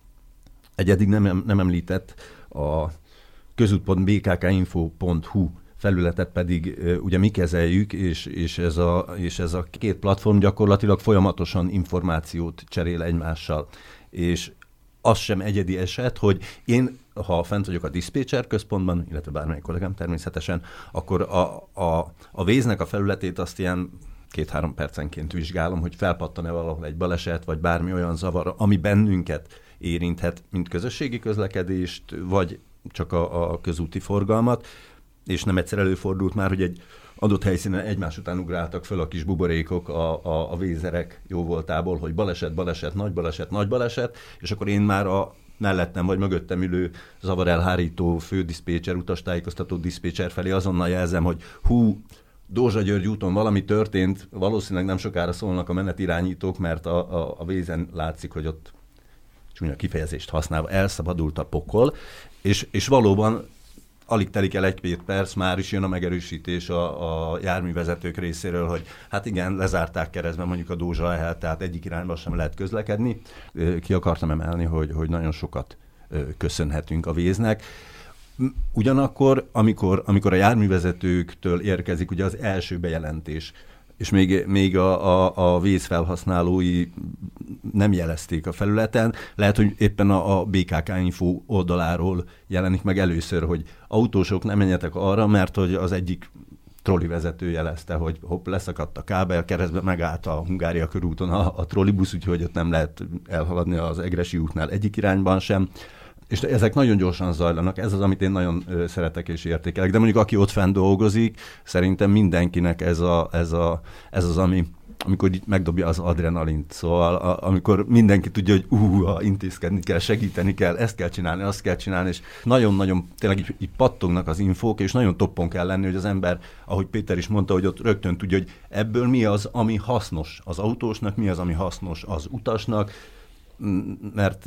egy eddig nem, nem említett a közút pont bé ká ká info pont hu felületet pedig ugye mi kezeljük, és, és, ez a, és ez a két platform gyakorlatilag folyamatosan információt cserél egymással. És az sem egyedi eset, hogy én, ha fent vagyok a diszpécser központban, illetve bármelyik kollégám természetesen, akkor a, a, a Waze-nek a felületét azt ilyen két-három percenként vizsgálom, hogy felpattan-e valahol egy baleset, vagy bármi olyan zavar, ami bennünket érinthet, mint közösségi közlekedést, vagy csak a, a közúti forgalmat, és nem egyszer előfordult már, hogy egy adott helyszínen egymás után ugráltak föl a kis buborékok a, a, a vézerek jóvoltából, hogy baleset, baleset, nagy baleset, nagy baleset, és akkor én már a mellettem vagy mögöttem ülő zavarelhárító fődiszpécser, utastájékoztató diszpécser felé azonnal jelzem, hogy hú, Dózsa-György úton valami történt, valószínűleg nem sokára szólnak a menetirányítók, mert a, a, a Waze-en látszik, hogy ott csúnya kifejezést használva elszabadult a pokol, és, és valóban alig telik el egy-két perc, már is jön a megerősítés a, a járművezetők részéről, hogy hát igen, lezárták keresztben mondjuk a Dózsa-Lehel, tehát egyik irányba sem lehet közlekedni. Ki akartam emelni, hogy, hogy nagyon sokat köszönhetünk a Waze-nek. Ugyanakkor, amikor, amikor a járművezetőktől érkezik ugye az első bejelentés, és még, még a, a, a Waze felhasználói nem jelezték a felületen, lehet, hogy éppen a, a bé ká ká Info oldaláról jelenik meg először, hogy autósok nem menjetek arra, mert hogy az egyik trolli vezető jelezte, hogy hopp, leszakadt a kábel, keresztben megállt a Hungária körúton a, a trollibusz, úgyhogy ott nem lehet elhaladni az Egressy útnál egyik irányban sem. És ezek nagyon gyorsan zajlanak, ez az, amit én nagyon ö, szeretek és értékelek. De mondjuk aki ott fenn dolgozik, szerintem mindenkinek ez, a, ez, a, ez az, ami amikor így megdobja az adrenalint, szóval a, amikor mindenki tudja, hogy ú, intézkedni kell, segíteni kell, ezt kell csinálni, azt kell csinálni, és nagyon-nagyon tényleg így, így pattognak az infók, és nagyon toppon kell lenni, hogy az ember, ahogy Péter is mondta, hogy ott rögtön tudja, hogy ebből mi az, ami hasznos az autósnak, mi az, ami hasznos az utasnak, mert,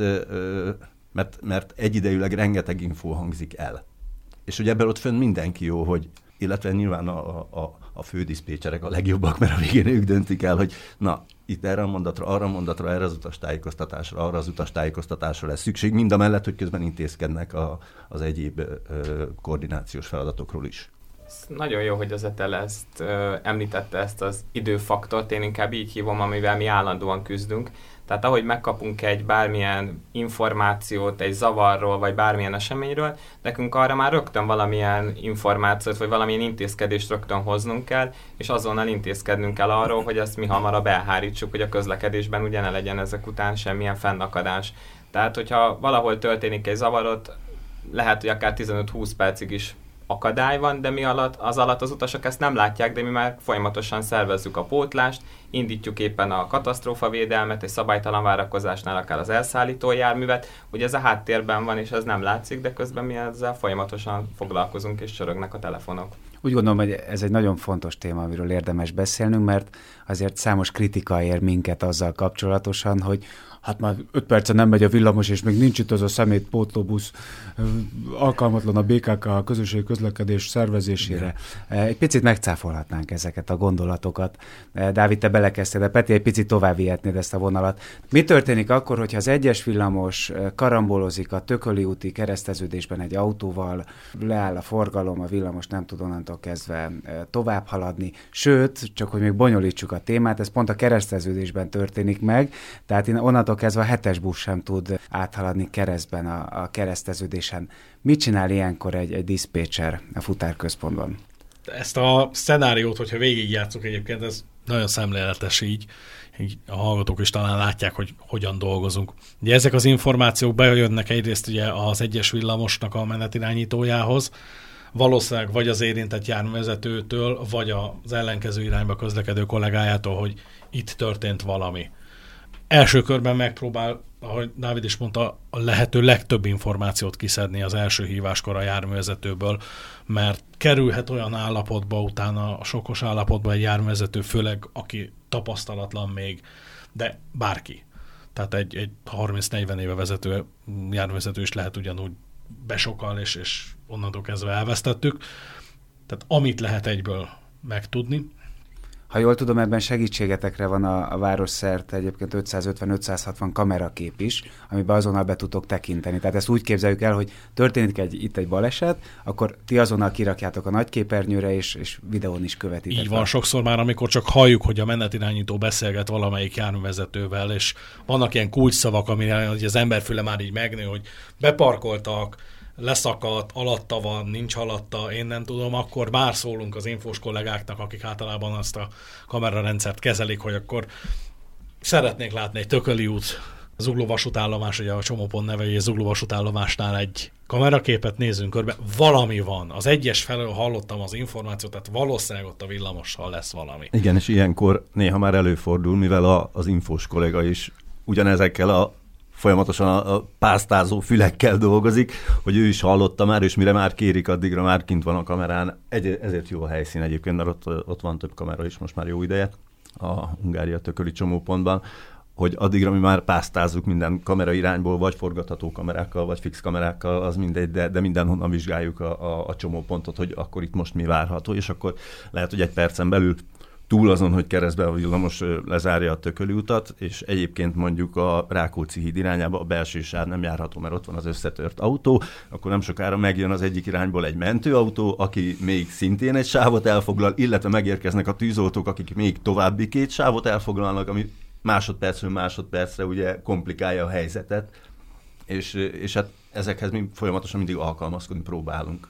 mert, mert egyidejűleg rengeteg infó hangzik el. És hogy ebből ott fönn mindenki jó, hogy illetve nyilván a, a, a fődiszpécserek a legjobbak, mert a végén ők döntik el, hogy na, itt erre a mondatra, arra a mondatra, erre az utastájékoztatásra, arra az utastájékoztatásra lesz szükség, mind a mellett, hogy közben intézkednek a, az egyéb ö, koordinációs feladatokról is. Nagyon jó, hogy az é té e el ezt ö, említette, ezt az időfaktort, én inkább így hívom, amivel mi állandóan küzdünk. Tehát ahogy megkapunk egy bármilyen információt egy zavarról, vagy bármilyen eseményről, nekünk arra már rögtön valamilyen információt, vagy valamilyen intézkedést rögtön hoznunk kell, és azonnal intézkednünk kell arról, hogy ezt mi hamarabb elhárítsuk, hogy a közlekedésben ugye ne legyen ezek után semmilyen fennakadás. Tehát, hogyha valahol történik egy zavarot, lehet, hogy akár tizenöt-húsz percig is akadály van, de mi alatt, az alatt az utasok ezt nem látják, de mi már folyamatosan szervezzük a pótlást, indítjuk éppen a katasztrófavédelmet, egy szabálytalan várakozásnál akár az elszállító járművet, hogy ez a háttérben van, és ez nem látszik, de közben mi ezzel folyamatosan foglalkozunk, és csörögnek a telefonok. Úgy gondolom, hogy ez egy nagyon fontos téma, amiről érdemes beszélnünk, mert azért számos kritika ér minket azzal kapcsolatosan, hogy hát már öt percen nem megy a villamos, és még nincs itt az a szemétpótlóbusz, alkalmatlan a bé ká ká a közösségi közlekedés szervezésére. Egy picit megcáfolhatnánk ezeket a gondolatokat. Dávid, te belekezdtél, de Peti, egy picit tovább vihetnéd ezt a vonalat. Mi történik akkor, hogyha az egyes villamos karambolozik a Tököli úti kereszteződésben egy autóval, leáll a forgalom, a villamos nem tud onnantól kezdve tovább haladni, sőt, csak hogy még bonyolítsuk a témát, ez pont a kereszteződésben történik meg, tehát onnantól kezdve a hetes busz sem tud áthaladni keresztben a, a kereszteződésen. Mit csinál ilyenkor egy, egy diszpécser a futárközpontban? Ezt a szenáriót, hogyha végigjátszunk egyébként, ez nagyon szemléletes így, így a hallgatók is talán látják, hogy hogyan dolgozunk. Ugye ezek az információk bejönnek egyrészt ugye az egyes villamosnak a menetirányítójához, valószínűleg vagy az érintett járművezetőtől, vagy az ellenkező irányba közlekedő kollégájától, hogy itt történt valami. Első körben megpróbál, ahogy Dávid is mondta, a lehető legtöbb információt kiszedni az első híváskor a járművezetőből, mert kerülhet olyan állapotba, utána a sokkos állapotba egy járművezető, főleg aki tapasztalatlan még, de bárki. Tehát egy, egy harminc-negyven éve vezető járművezető is lehet ugyanúgy besokal, és, és onnantól kezdve elvesztettük. Tehát amit lehet egyből megtudni. Ha jól tudom, ebben segítségetekre van a, a város szerte egyébként ötszázötven-ötszázhatvan kamerakép is, amiben azonnal be tudtok tekinteni. Tehát ezt úgy képzeljük el, hogy történik egy, itt egy baleset, akkor ti azonnal kirakjátok a nagyképernyőre, és, és videón is követitek. Így van, sokszor már, amikor csak halljuk, hogy a menetirányító beszélget valamelyik járművezetővel, és vannak ilyen kulcsszavak, amire az emberfüle már így megnő, hogy beparkoltak, leszakadt, alatta van, nincs alatta, én nem tudom, akkor már szólunk az infós kollégáknak, akik általában azt a kamerarendszert kezelik, hogy akkor szeretnék látni egy Tököli út, Zugló vasútállomás, ugye a csomópont neve, hogy a Zugló vasútállomásnál egy kameraképet nézzünk körbe, valami van. Az egyes felől hallottam az információt, tehát valószínűleg ott a villamossal lesz valami. Igen, és ilyenkor néha már előfordul, mivel a, az infós kolléga is ugyanezekkel a folyamatosan a, a pásztázó fülekkel dolgozik, hogy ő is hallotta már, és mire már kérik, addigra már kint van a kamerán. Egy, ezért jó a helyszín egyébként, mert ott, ott van több kamera is most már jó ideje a Hungária Tököli csomópontban, hogy addigra mi már pásztázzuk minden kamera irányból, vagy forgatható kamerákkal, vagy fix kamerákkal, az mindegy, de, de mindenhonnan vizsgáljuk a, a, a csomópontot, hogy akkor itt most mi várható, és akkor lehet, hogy egy percen belül túl azon, hogy keresztbe a villamos lezárja a Tököli utat, és egyébként mondjuk a Rákóczi híd irányába a belső sáv nem járható, mert ott van az összetört autó, akkor nem sokára megjön az egyik irányból egy mentőautó, aki még szintén egy sávot elfoglal, illetve megérkeznek a tűzoltók, akik még további két sávot elfoglalnak, ami másodpercről másodpercre ugye komplikálja a helyzetet, és, és hát ezekhez mi folyamatosan mindig alkalmazkodni próbálunk.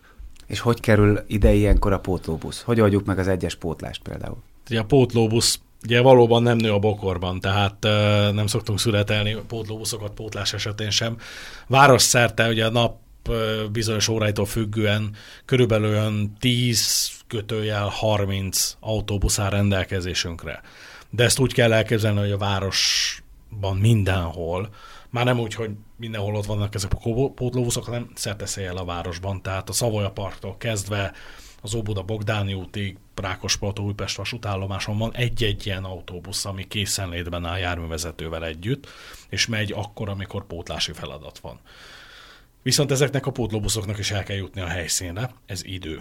És hogy kerül ide ilyenkor a pótlóbusz? Hogy oldjuk meg az egyes pótlást például? Ugye a pótlóbusz ugye valóban nem nő a bokorban, tehát uh, nem szoktunk születelni pótlóbuszokat pótlás esetén sem. Városszerte ugye a nap uh, bizonyos óráitól függően körülbelül olyan tíz kötőjel harminc autóbusz áll rendelkezésünkre. De ezt úgy kell elképzelni, hogy a városban mindenhol, már nem úgy, hogy mindenhol ott vannak ezek a pótlóbuszok, hanem szerteszéjjel a városban, tehát a Savoya Parktól kezdve az Óbuda-Bogdáni útig, Rákospalota Újpest vasútállomáson van egy-egy ilyen autóbusz, ami készenlétben áll járművezetővel együtt, és megy akkor, amikor pótlási feladat van. Viszont ezeknek a pótlóbuszoknak is el kell jutni a helyszínre, ez idő.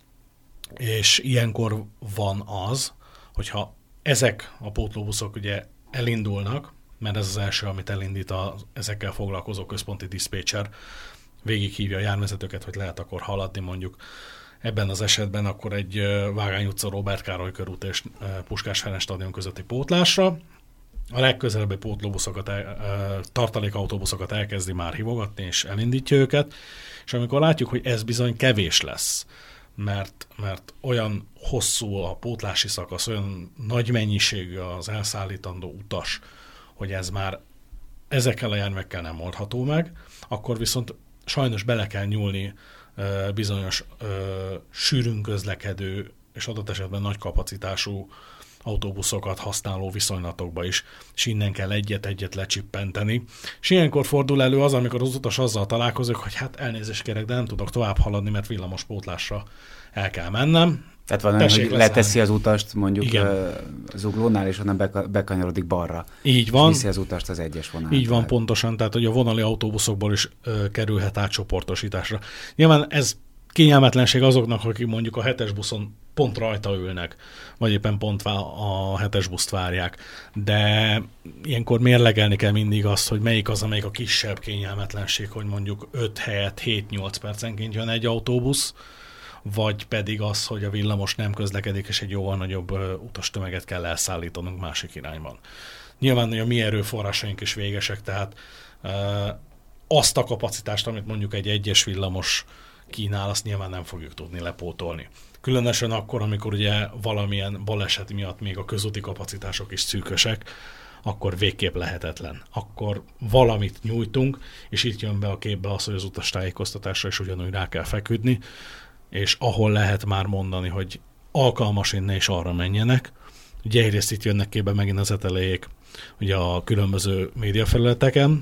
És ilyenkor van az, hogyha ezek a pótlóbuszok ugye elindulnak, mert ez az első, amit elindít a ezekkel foglalkozó központi diszpécser, végighívja a járművezetőket, hogy lehet akkor haladni mondjuk. Ebben az esetben akkor egy Vágány utca, Róbert Károly körút és Puskás Ferenc stadion közötti pótlásra. A legközelebbi pótlóbuszokat, tartalékautóbuszokat elkezdi már hívogatni, és elindítja őket, és amikor látjuk, hogy ez bizony kevés lesz, mert, mert olyan hosszú a pótlási szakasz, olyan nagy mennyiségű az elszállítandó utas, hogy ez már ezekkel a járművekkel nem oldható meg, akkor viszont sajnos bele kell nyúlni uh, bizonyos uh, sűrűn közlekedő és adott esetben nagy kapacitású autóbuszokat használó viszonylatokba is, és innen kell egyet-egyet lecsippenteni. És ilyenkor fordul elő az, amikor az utas azzal találkozik, hogy hát elnézést kérek, de nem tudok tovább haladni, mert villamos pótlásra el kell mennem. Tehát van olyan, hogy leteszi az utast mondjuk Igen. Zuglónál, és onnan bekanyarodik balra. Így van. Viszi az utast az egyes vonalra. Így van, pontosan, tehát hogy a vonali autóbuszokból is ö, kerülhet átcsoportosításra. Nyilván ez kényelmetlenség azoknak, akik mondjuk a hetes buszon pont rajta ülnek, vagy éppen pont a hetes buszt várják. De ilyenkor mérlegelni kell mindig azt, hogy melyik az, amelyik a kisebb kényelmetlenség, hogy mondjuk öt helyett hét-nyolc percenként jön egy autóbusz, vagy pedig az, hogy a villamos nem közlekedik, és egy jóval nagyobb utastömeget kell elszállítanunk másik irányban. Nyilván, hogy a mi erőforrásaink is végesek, tehát e, azt a kapacitást, amit mondjuk egy egyes villamos kínál, azt nyilván nem fogjuk tudni lepótolni. Különösen akkor, amikor ugye valamilyen baleset miatt még a közúti kapacitások is szűkösek, akkor végképp lehetetlen. Akkor valamit nyújtunk, és itt jön be a képbe az, hogy az utastájékoztatásra is ugyanúgy rá kell feküdni, és ahol lehet már mondani, hogy alkalmas innen is arra menjenek. Ugye egyrészt itt jönnek képbe megint az eteléjék ugye a különböző médiafelületeken,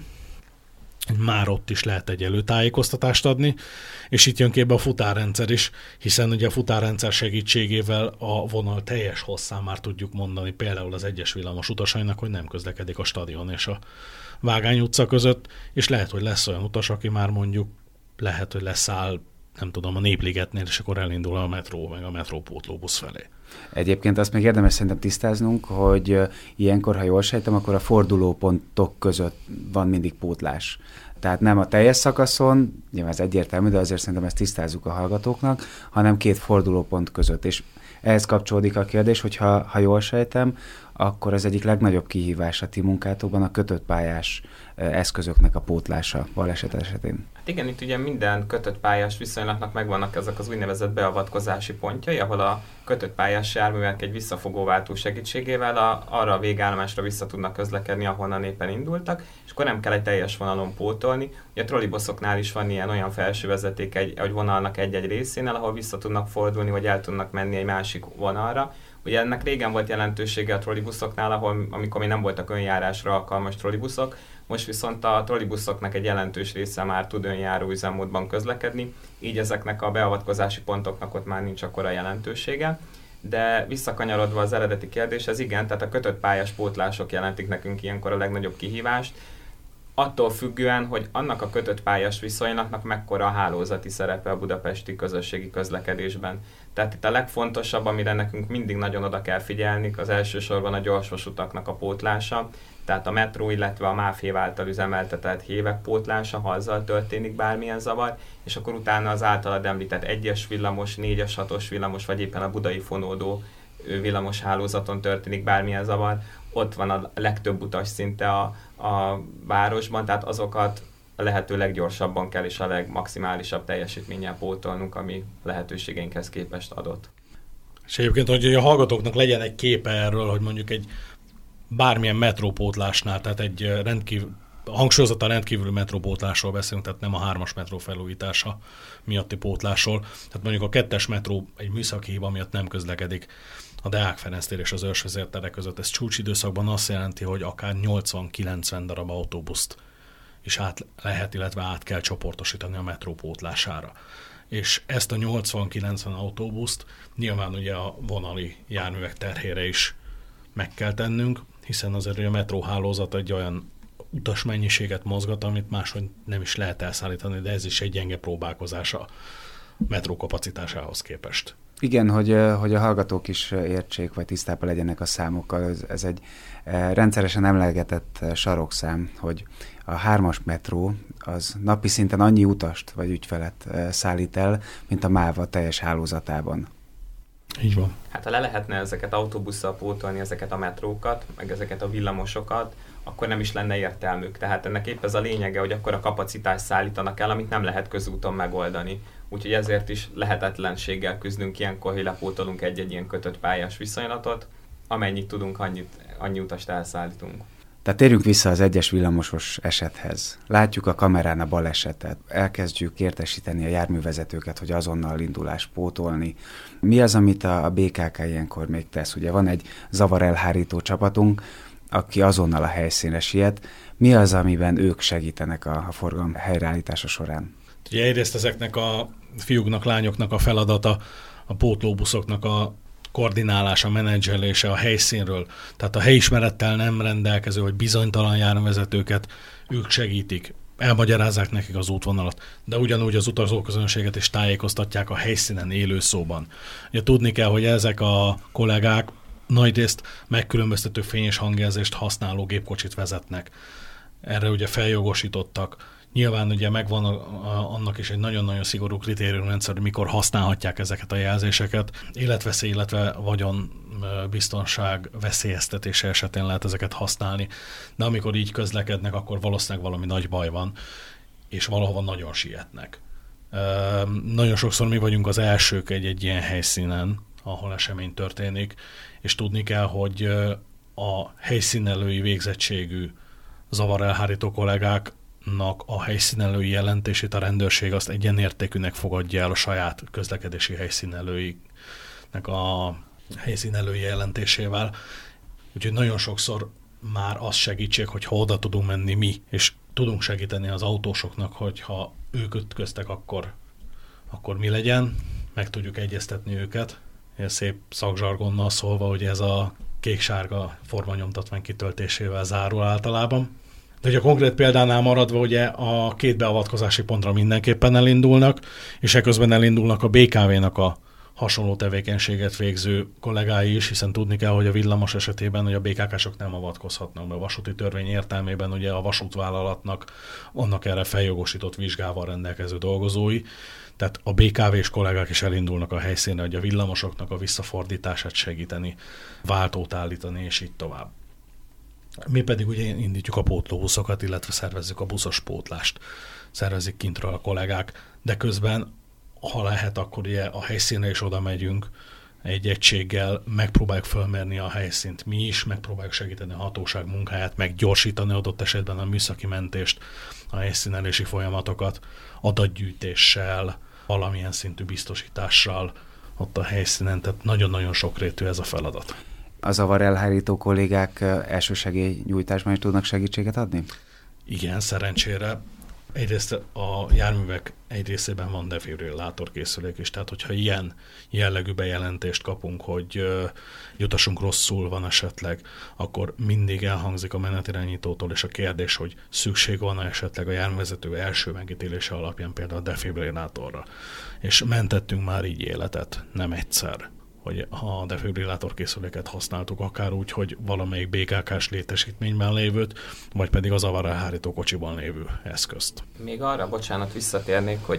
már ott is lehet egy előtájékoztatást adni, és itt jön képbe a futárrendszer is, hiszen ugye a futárrendszer segítségével a vonal teljes hosszán már tudjuk mondani például az egyes villamos utasainak, hogy nem közlekedik a stadion és a Vágány utca között, és lehet, hogy lesz olyan utas, aki már mondjuk lehet, hogy leszáll nem tudom, a Népligetnél, és akkor elindul a metró, meg a metrópótlóbusz felé. Egyébként azt még érdemes szerintem tisztáznunk, hogy ilyenkor, ha jól sejtem, akkor a fordulópontok között van mindig pótlás. Tehát nem a teljes szakaszon, nyilván ez egyértelmű, de azért szerintem ezt tisztázzuk a hallgatóknak, hanem két fordulópont között. És ehhez kapcsolódik a kérdés, hogy ha, ha jól sejtem, akkor az egyik legnagyobb kihívás a ti munkátokban a kötött pályás eszközöknek a pótlása baleset esetén. Hát igen, itt ugye minden kötött pályás viszonylatnak megvannak ezek az úgynevezett beavatkozási pontjai, ahol a kötött pályás járművek egy visszafogóváltó segítségével a, arra a végállomásra vissza tudnak közlekedni, ahonnan éppen indultak, és akkor nem kell egy teljes vonalon pótolni. Ugye a trollibuszoknál is van ilyen olyan felső vezeték egy, egy vonalnak egy-egy részénél, ahol vissza tudnak fordulni, vagy el tudnak menni egy másik vonalra. Ugye ennek régen volt jelentősége a trollibuszoknál, ahol, amikor még nem voltak önjárásra alkalmas trollibuszok, most viszont a trollibuszoknak egy jelentős része már tud önjáró üzemmódban közlekedni, így ezeknek a beavatkozási pontoknak ott már nincs akkora jelentősége. De visszakanyarodva az eredeti kérdéshez, igen, tehát a kötött pályás pótlások jelentik nekünk ilyenkor a legnagyobb kihívást, attól függően, hogy annak a kötött pályás viszonylatnak mekkora a hálózati szerepe a budapesti közösségi közlekedésben. Tehát itt a legfontosabb, amire nekünk mindig nagyon oda kell figyelni, az elsősorban a gyorsvasutaknak a pótlása, tehát a metró, illetve a MÁV által üzemeltetett hévek pótlása, ha azzal történik bármilyen zavar, és akkor utána az általad említett egyes villamos, négyes, hatos villamos, vagy éppen a budai fonódó villamos hálózaton történik bármilyen zavar, ott van a legtöbb utas szinte a, a városban, tehát azokat a lehető leggyorsabban kell és a legmaximálisabb teljesítménnyel pótolnunk, ami lehetőségeinkhez képest adott. És egyébként, hogy a hallgatóknak legyen egy képe erről, hogy mondjuk egy bármilyen metrópótlásnál, tehát egy rendkívül, hangsúlyozottan rendkívüli metrópótlásról beszélünk, tehát nem a hármas metró felújítása miatti pótlásról. Tehát mondjuk a kettes metró egy műszaki hiba miatt nem közlekedik a Deák Ferenc tér és az Őrsvezér tere között. Ez csúcsidőszakban azt jelenti, hogy akár nyolcvan-kilencven darab autóbuszt is át lehet, illetve át kell csoportosítani a metró pótlására. És ezt a nyolcvan-kilencven autóbuszt nyilván ugye a vonali járművek terhére is meg kell tennünk, hiszen azért a metróhálózat egy olyan utasmennyiséget mozgat, amit máshogy nem is lehet elszállítani, de ez is egy gyenge próbálkozás a metró kapacitásához képest. Igen, hogy, hogy a hallgatók is értsék, vagy tisztában legyenek a számokkal. Ez, ez egy rendszeresen emlegetett sarokszám, hogy a hármas metró az napi szinten annyi utast vagy ügyfelet szállít el, mint a MÁV a teljes hálózatában. Így van. Hát ha le lehetne ezeket autóbusszal pótolni, ezeket a metrókat, meg ezeket a villamosokat, akkor nem is lenne értelmük. Tehát ennek épp ez a lényege, hogy akkor a kapacitást szállítanak el, amit nem lehet közúton megoldani. Úgyhogy ezért is lehetetlenséggel küzdünk ilyenkor, hogy lepótolunk egy-egy ilyen kötött pályás viszonylatot, amennyit tudunk, annyit, annyi utast elszállítunk. Tehát térjünk vissza az egyes villamosos esethez. Látjuk a kamerán a balesetet, elkezdjük értesíteni a járművezetőket, hogy azonnal indulás pótolni. Mi az, amit a bé ká ká ilyenkor még tesz? Ugye van egy zavarelhárító csapatunk, aki azonnal a helyszínre siet. Mi az, amiben ők segítenek a, a forgalom helyreállítása során? Ugye egyrészt ezeknek a fiúknak, lányoknak a feladata, a pótlóbuszoknak a koordinálása, menedzselése a helyszínről. Tehát a helyismerettel nem rendelkező, vagy bizonytalan járművezetőket ők segítik, elmagyarázzák nekik az útvonalat, de ugyanúgy az utazóközönséget is tájékoztatják a helyszínen élő szóban. Ugye tudni kell, hogy ezek a kollégák nagyrészt megkülönböztető fény- és hangjelzést használó gépkocsit vezetnek. Erre ugye feljogosítottak. Nyilván ugye megvan a, a, annak is egy nagyon-nagyon szigorú kritériumrendszer, hogy mikor használhatják ezeket a jelzéseket. Életveszély, illetve vagyonbiztonság veszélyeztetése esetén lehet ezeket használni. De amikor így közlekednek, akkor valószínűleg valami nagy baj van, és valahova nagyon sietnek. E, nagyon sokszor mi vagyunk az elsők egy-egy ilyen helyszínen, ahol esemény történik, és tudni kell, hogy a helyszínelői végzettségű zavarelhárító kollégák a helyszínelői jelentését a rendőrség azt egyenértékűnek fogadja el a saját közlekedési helyszínelőinek a helyszínelői jelentésével. Úgyhogy nagyon sokszor már az segítség, hogyha oda tudunk menni mi, és tudunk segíteni az autósoknak, hogyha ők ütköztek, akkor, akkor mi legyen, meg tudjuk egyeztetni őket. Ilyen szép szakzsargonnal szólva, hogy ez a kék-sárga formanyomtatvány kitöltésével zárul általában. De ugye a konkrét példánál maradva, ugye a két beavatkozási pontra mindenképpen elindulnak, és eközben elindulnak a bé ká vé-nak a hasonló tevékenységet végző kollégái is, hiszen tudni kell, hogy a villamos esetében hogy a bé ká ká-sok nem avatkozhatnak, mert a vasúti törvény értelmében ugye a vasútvállalatnak annak erre feljogosított vizsgával rendelkező dolgozói, tehát a bé ká vé-s kollégák is elindulnak a helyszínre, hogy a villamosoknak a visszafordítását segíteni, váltót állítani, és így tovább. Mi pedig ugye indítjuk a pótlóbuszokat, illetve szervezzük a buszos pótlást. Szervezik kintről a kollégák, de közben, ha lehet, akkor ugye a helyszínre is oda megyünk egy egységgel, megpróbáljuk fölmérni a helyszínt mi is, megpróbáljuk segíteni a hatóság munkáját, meggyorsítani adott esetben a műszaki mentést, a helyszínelési folyamatokat, adatgyűjtéssel, valamilyen szintű biztosítással ott a helyszínen, tehát nagyon-nagyon sokrétű ez a feladat. A zavarelhárító kollégák elsősegélynyújtásban is tudnak segítséget adni? Igen, szerencsére. Egyrészt a járművek egy részében van defibrillátorkészülék is, tehát hogyha ilyen jellegű bejelentést kapunk, hogy jutasunk rosszul van esetleg, akkor mindig elhangzik a menetirányítótól, és a kérdés, hogy szükség van esetleg a járművezető első megítélése alapján például a defibrillátorra. És mentettünk már így életet, nem egyszer, hogy a defibrillátorkészüléket használtuk akár úgy, hogy valamelyik bé ká ká-s létesítményben lévőt, vagy pedig az zavarelhárító kocsiban lévő eszközt. Még arra, bocsánat, visszatérnék, hogy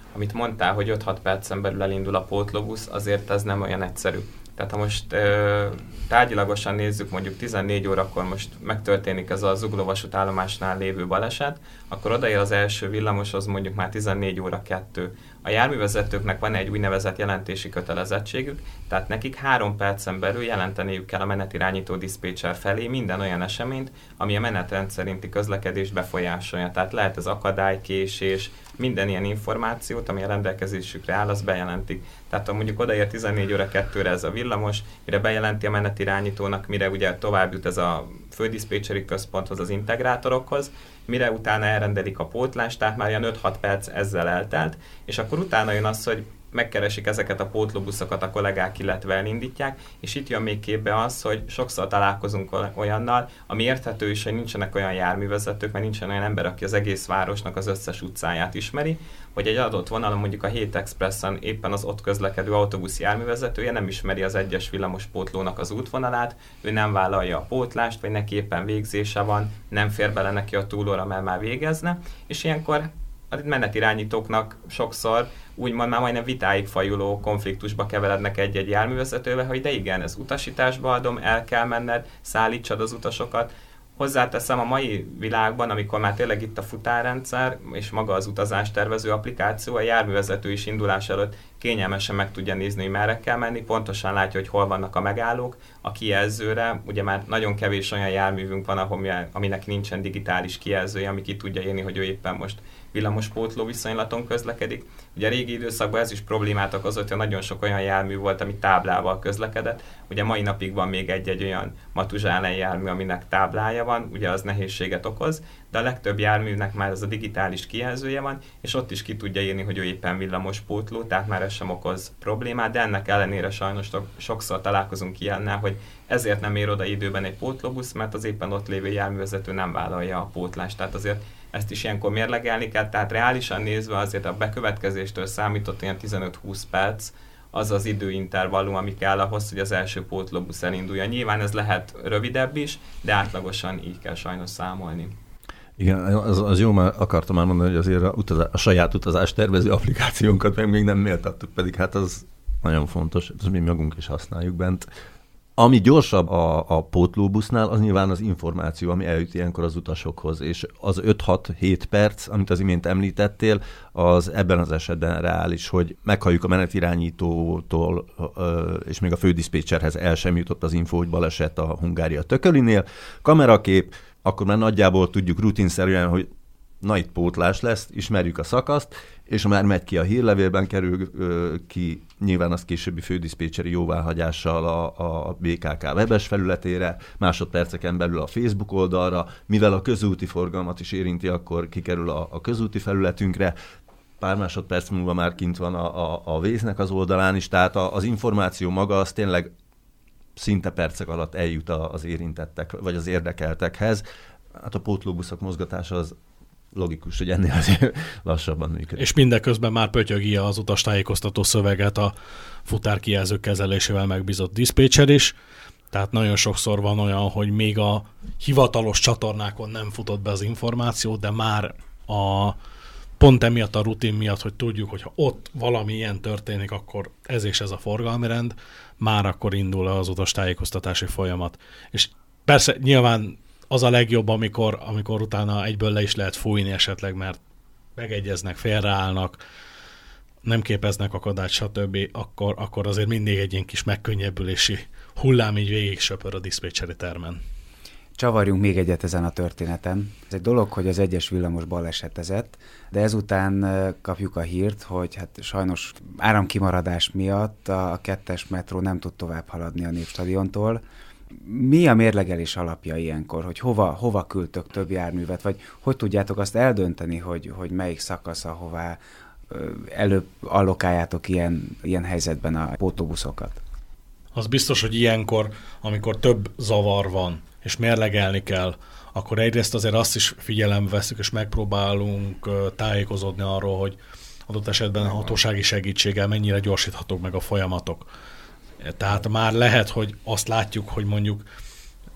amit mondtál, hogy öt-hat percen belül elindul a pótlóbusz, azért ez nem olyan egyszerű. Tehát ha most ö, tárgyilagosan nézzük, mondjuk tizennégy órakor most megtörténik ez a Zugló vasútállomásnál lévő baleset, akkor odaér az első villamoshoz mondjuk már tizennégy óra kettő. A járművezetőknek van egy úgynevezett jelentési kötelezettségük, tehát nekik három percen belül jelenteniük kell a menetirányító diszpécser felé minden olyan eseményt, ami a menetrend szerinti közlekedést befolyásolja. Tehát lehet ez akadály, késés, minden ilyen információt, ami a rendelkezésükre áll, az bejelentik. Tehát ha mondjuk odaér tizennégy óra kettőre ez a villamos, mire bejelenti a menetirányítónak, mire ugye tovább jut ez a fődiszpécseri központhoz, az integrátorokhoz, mire utána elrendelik a pótlást, tehát már ilyen öt-hat perc ezzel eltelt, és akkor utána jön az, hogy megkeresik ezeket a pótlóbuszokat a kollégák, illetve elindítják, és itt jön még képbe az, hogy sokszor találkozunk olyannal, ami érthető is, hogy nincsenek olyan járművezetők, mert nincsen olyan ember, aki az egész városnak az összes utcáját ismeri, hogy egy adott vonalon, mondjuk a hét Expressen éppen az ott közlekedő autóbusz járművezetője nem ismeri az egyes villamospótlónak az útvonalát, ő nem vállalja a pótlást, vagy neki éppen végzése van, nem fér bele neki a túlóra, mert már végezne, és ilyenkor a menetirányítóknak sokszor úgymond már majdnem vitáig fajuló konfliktusba keverednek egy-egy járművezetővel, hogy de igen, ez utasításba adom, el kell menned, szállítsad az utasokat. Hozzáteszem, a mai világban, amikor már tényleg itt a futárrendszer és maga az utazástervező applikáció, a járművezető is indulás előtt kényelmesen meg tudja nézni, hogy merre kell menni, pontosan látja, hogy hol vannak a megállók, a kijelzőre, ugye már nagyon kevés olyan járművünk van, ahol, aminek nincsen digitális kijelzője, ami ki tudja írni, hogy ő éppen most villamospótló viszonylaton közlekedik. Ugye a régi időszakban ez is problémát okozott, hogy nagyon sok olyan jármű volt, ami táblával közlekedett. Ugye mai napig van még egy-egy olyan Matuzsálen jármű, aminek táblája van, ugye az nehézséget okoz, de a legtöbb járműnek már ez a digitális kijelzője van, és ott is ki tudja írni, hogy ő éppen villamospótló, tehát már ez sem okoz problémát, de ennek ellenére sajnos sokszor találkozunk ilyennel, hogy ezért nem ér oda időben egy pótlóbusz, mert az éppen ott lévő járművezető nem vállalja a pótlást. Tehát azért ezt is ilyenkor mérlegelni kell, tehát reálisan nézve azért a bekövetkezéstől számított ilyen tizenöt-húsz perc, az az időintervallum, ami kell ahhoz, hogy az első pótlóbusz elinduljon. Nyilván ez lehet rövidebb is, de átlagosan így kell sajnos számolni. Igen, az, az jó, már akartam már mondani, hogy azért a, utazás, a saját utazás tervező applikációnkat meg még nem méltattuk, pedig hát az nagyon fontos, ez mi magunk is használjuk bent. Ami gyorsabb a, a pótlóbusznál, az nyilván az információ, ami eljut ilyenkor az utasokhoz, és az öt-hat-hét perc, amit az imént említettél, az ebben az esetben reális, hogy meghalljuk a menetirányítótól, és még a fődiszpécserhez el sem jutott az info, hogy baleset a Hungária Tökölinél, kamerakép, akkor már nagyjából tudjuk rutinszerűen, hogy na itt pótlás lesz, ismerjük a szakaszt, és már megy ki a hírlevélben, kerül ki nyilván az későbbi fődiszpécseri jóváhagyással a, a bé ká ká webes felületére, másodperceken belül a Facebook oldalra, mivel a közúti forgalmat is érinti, akkor kikerül a, a közúti felületünkre, pár másodperc múlva már kint van a, a, a Waze-nek az oldalán is, tehát a, az információ maga az tényleg szinte percek alatt eljut az érintettek, vagy az érdekeltekhez. Hát a pótlóbuszok mozgatása az logikus, hogy ennél azért lassabban működik. És mindeközben már pötyögi az utastájékoztató szöveget a futárkijelzők kezelésével megbízott diszpécser is. Tehát nagyon sokszor van olyan, hogy még a hivatalos csatornákon nem futott be az információ, de már a pont emiatt a rutin miatt, hogy tudjuk, hogy ha ott valami ilyen történik, akkor ez és ez a forgalmi rend, már akkor indul az utastájékoztatási folyamat. És persze nyilván az a legjobb, amikor, amikor utána egyből le is lehet fújni esetleg, mert megegyeznek, félreállnak, nem képeznek akadályt, stb., akkor, akkor azért mindig egy ilyen kis megkönnyebbülési hullám így végig söpör a diszpécseri termen. Csavarjunk még egyet ezen a történeten. Ez egy dolog, hogy az egyes villamos balesetezett, de ezután kapjuk a hírt, hogy hát sajnos áramkimaradás miatt a kettes metró nem tud tovább haladni a Népstadiontól. Mi a mérlegelés alapja ilyenkor, hogy hova, hova küldtök több járművet, vagy hogy tudjátok azt eldönteni, hogy, hogy melyik szakasz, ahová előbb allokáljátok ilyen, ilyen helyzetben a pótlóbuszokat? Az biztos, hogy ilyenkor, amikor több zavar van, és mérlegelni kell, akkor egyrészt azért azt is figyelembe veszük, és megpróbálunk tájékozódni arról, hogy adott esetben a hatósági segítséggel mennyire gyorsíthatók meg a folyamatok. Tehát már lehet, hogy azt látjuk, hogy mondjuk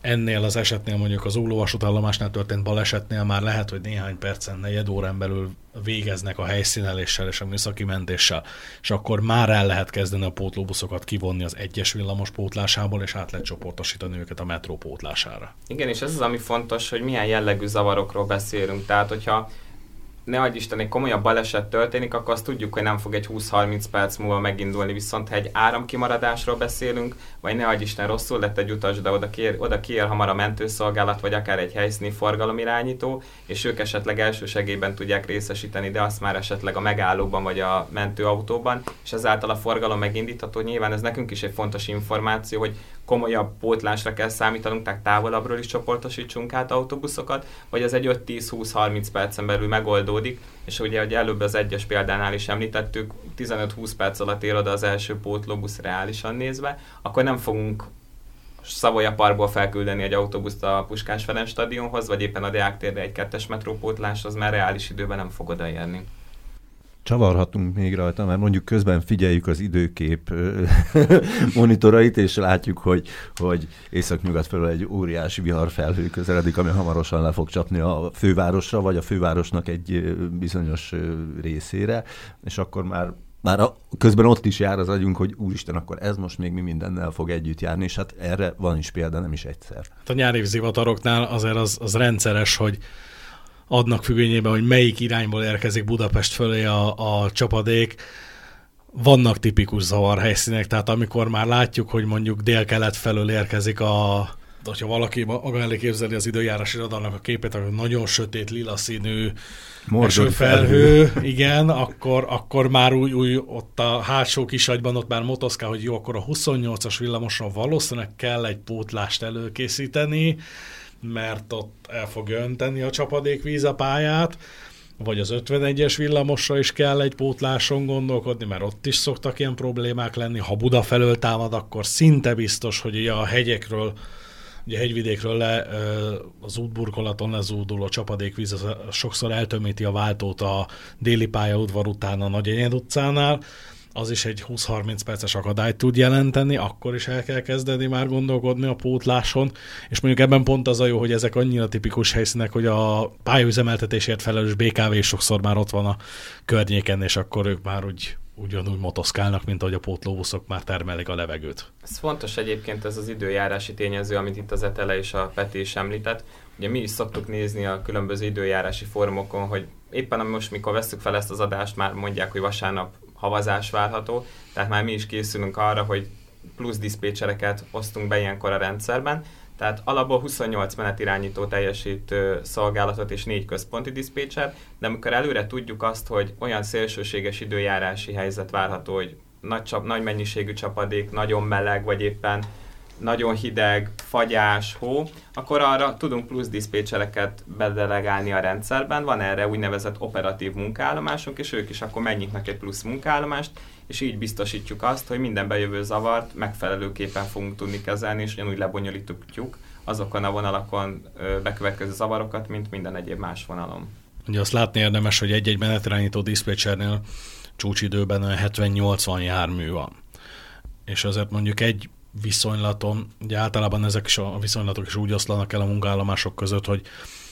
ennél az esetnél, mondjuk az Zugló-vasútállomásnál történt balesetnél már lehet, hogy néhány percen, negyed órán belül végeznek a helyszíneléssel és a műszaki mentéssel, és akkor már el lehet kezdeni a pótlóbuszokat kivonni az egyes villamos pótlásából, és át lehet csoportosítani őket a metró pótlására. Igen, és ez az, ami fontos, hogy milyen jellegű zavarokról beszélünk. Tehát, hogyha ne adj Isten, egy komolyabb baleset történik, akkor azt tudjuk, hogy nem fog egy húsz-harminc perc múlva megindulni, viszont ha egy áramkimaradásról beszélünk, vagy ne adj Isten, rosszul lett egy utas, de oda, kér, oda kiér hamar a mentőszolgálat, vagy akár egy helyszíni forgalomirányító, és ők esetleg elsősegélyben tudják részesíteni, de azt már esetleg a megállóban, vagy a mentőautóban, és ezáltal a forgalom megindítható. Nyilván ez nekünk is egy fontos információ, hogy komolyabb pótlásra kell számítanunk, tehát távolabbról is csoportosítsunk át autóbuszokat, vagy az egy öt-tíz-húsz-harminc percen belül megoldódik, és ugye, hogy előbb az egyes példánál is említettük, tizenöt-húsz perc alatt ér oda az első pótlóbusz reálisan nézve, akkor nem fogunk Savoya Parkból felküldeni egy autóbuszt a Puskás Ferenc stadionhoz, vagy éppen a Deák térre egy kettes metrópótláshoz, mert reális időben nem fog odaérni. Csavarhatunk még rajta, mert mondjuk közben figyeljük az időkép monitorait, és látjuk, hogy, hogy északnyugat felől egy óriási viharfelhő közeledik, ami hamarosan le fog csapni a fővárosra, vagy a fővárosnak egy bizonyos részére, és akkor már Már a, közben ott is jár az agyunk, hogy úristen, akkor ez most még mi mindennel fog együtt járni, és hát erre van is példa, nem is egyszer. Hát a nyári zivataroknál azért az, az rendszeres, hogy adnak függvényében, hogy melyik irányból érkezik Budapest fölé a, a csapadék. Vannak tipikus zavarhelyszínek, tehát amikor már látjuk, hogy mondjuk dél-kelet felől érkezik a... hogyha valaki maga elé képzeli az időjárási radarnak a képét, akkor nagyon sötét, lila színű esőfelhő, igen, akkor, akkor már úgy, úgy ott a hátsó kisagyban ott már motoszkál, hogy jó, akkor a huszonnyolcas villamosra valószínűleg kell egy pótlást előkészíteni, mert ott el fog önteni a csapadékvíz a pályát, vagy az ötvenegyes villamosra is kell egy pótláson gondolkodni, mert ott is szoktak ilyen problémák lenni. Ha Buda felől támad, akkor szinte biztos, hogy a hegyekről, ugye a hegyvidékről le, az útburkolaton lezúdul a csapadékvíz, az sokszor eltömíti a váltót a déli pályaudvar után a Nagyenyed utcánál, az is egy húsz-harminc perces akadályt tud jelenteni, akkor is el kell kezdeni már gondolkodni a pótláson, és mondjuk ebben pont az a jó, hogy ezek annyira tipikus helyszínek, hogy a pályaüzemeltetésért felelős bé ká vé sokszor már ott van a környéken, és akkor ők már úgy ugyanúgy motoszkálnak, mint ahogy a pótlóbuszok már termelik a levegőt. Ez fontos egyébként, ez az időjárási tényező, amit itt az Etele és a Peti is említett. Ugye mi is szoktuk nézni a különböző időjárási fórumokon, hogy éppen most, mikor vesszük fel ezt az adást, már mondják, hogy vasárnap havazás várható, tehát már mi is készülünk arra, hogy plusz diszpécsereket osztunk be ilyenkor a rendszerben. Tehát alapból huszonnyolc menetirányító teljesítő szolgálatot és négy központi diszpécser, de amikor előre tudjuk azt, hogy olyan szélsőséges időjárási helyzet várható, hogy nagy, csap, nagy mennyiségű csapadék, nagyon meleg, vagy éppen nagyon hideg, fagyás, hó, akkor arra tudunk plusz diszpécsereket bedelegálni a rendszerben, van erre úgynevezett operatív munkaállomásunk, és ők is akkor megnyitnak egy plusz munkaállomást, és így biztosítjuk azt, hogy minden bejövő zavart megfelelőképpen fogunk tudni kezelni, és ugyanúgy lebonyolítjuk azokon a vonalakon bekövetkező zavarokat, mint minden egyéb más vonalon. Ugye azt látni érdemes, hogy egy-egy menetirányító diszpécsernél csúcsidőben hetven-nyolcvan jármű van. És azért mondjuk egy viszonylaton, ugye általában ezek is a viszonylatok is úgy oszlanak el a munkaállomások között, hogy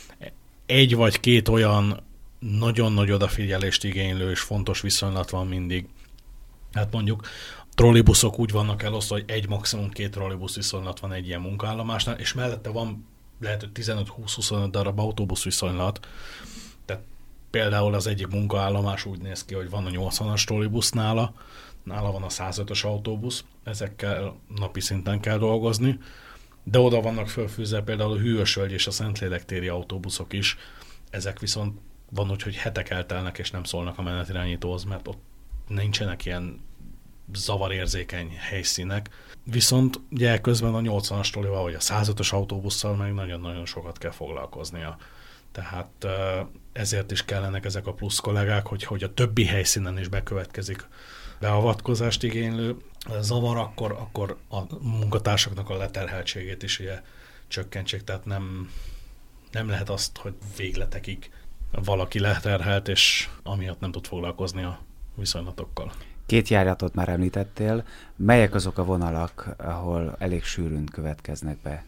egy vagy két olyan nagyon nagy odafigyelést igénylő és fontos viszonylat van mindig. Hát mondjuk trollibuszok úgy vannak elosztva, hogy egy maximum két trollibusz viszonylat van egy ilyen munkaállomásnál, és mellette van lehet, hogy tizenöt-húsz-huszonöt darab autóbusz viszonylat. Tehát például az egyik munkaállomás úgy néz ki, hogy van a nyolcvanas trollibusz nála, nála van a százötös autóbusz, ezekkel napi szinten kell dolgozni, de oda vannak fölfűzve például a Hűvösvölgy és a Szentlélek téri autóbuszok is, ezek viszont van úgy, hogy hetek eltelnek és nem szólnak a menetirányítóhoz, mert ott nincsenek ilyen zavarérzékeny helyszínek. Viszont ugye közben a nyolcvanas trollival vagy a százötös autóbusszal meg nagyon-nagyon sokat kell foglalkoznia. Tehát ezért is kellenek ezek a plusz kollégák, hogy, hogy a többi helyszínen is bekövetkezik beavatkozást igénylő zavar, akkor, akkor a munkatársaknak a leterheltségét is ugye csökkentsék, tehát nem, nem lehet azt, hogy végletekig valaki leterhelt, és amiatt nem tud foglalkozni a viszonylatokkal. Két járatot már említettél. Melyek azok a vonalak, ahol elég sűrűn következnek be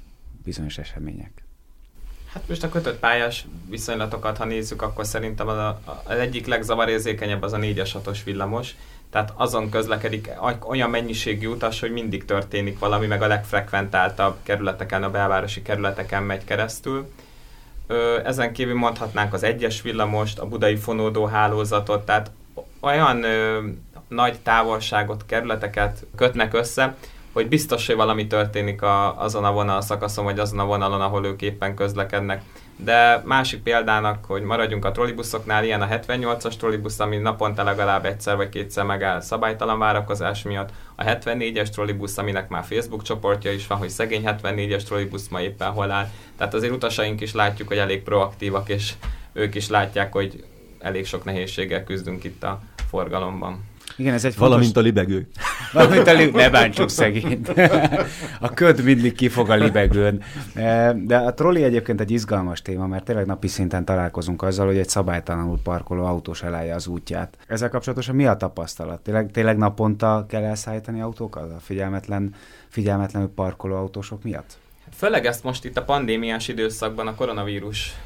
bizonyos események. Hát most a kötött pályás viszonylatokat, ha nézzük, akkor szerintem az, a, az egyik legzavarérzékenyebb az a négyes hatos villamos. Tehát azon közlekedik olyan mennyiségű utas, hogy mindig történik valami, meg a legfrekventáltabb kerületeken, a belvárosi kerületeken megy keresztül. Ö, ezen kívül mondhatnánk az egyes villamost, a budai fonódó hálózatot, tehát olyan ö, nagy távolságot, kerületeket kötnek össze, hogy biztos, hogy valami történik a, azon a vonalszakaszon, vagy azon a vonalon, ahol ők éppen közlekednek. De másik példának, hogy maradjunk a trollibuszoknál, ilyen a hetvennyolcas trollibusz, ami naponta legalább egyszer vagy kétszer megáll szabálytalan várakozás miatt, a hetvennégyes trollibusz, aminek már Facebook csoportja is van, hogy szegény hetvennégyes trollibusz ma éppen hol áll. Tehát azért utasaink is látjuk, hogy elég proaktívak, és ők is látják, hogy elég sok nehézséggel küzdünk itt a forgalomban. Igen, ez egy Valamint fontos... a libegő. Valamint a libegő. Ne bántsuk szegényt. A köd mindig kifog a libegőn. De a trolli egyébként egy izgalmas téma, mert tényleg napi szinten találkozunk azzal, hogy egy szabálytalanul parkoló autós elállja az útját. Ezzel kapcsolatosan mi a tapasztalat? Tényleg, tényleg naponta kell elszállítani autókat a figyelmetlen, figyelmetlenül parkoló autósok miatt? Főleg ezt most itt a pandémiás időszakban a koronavírus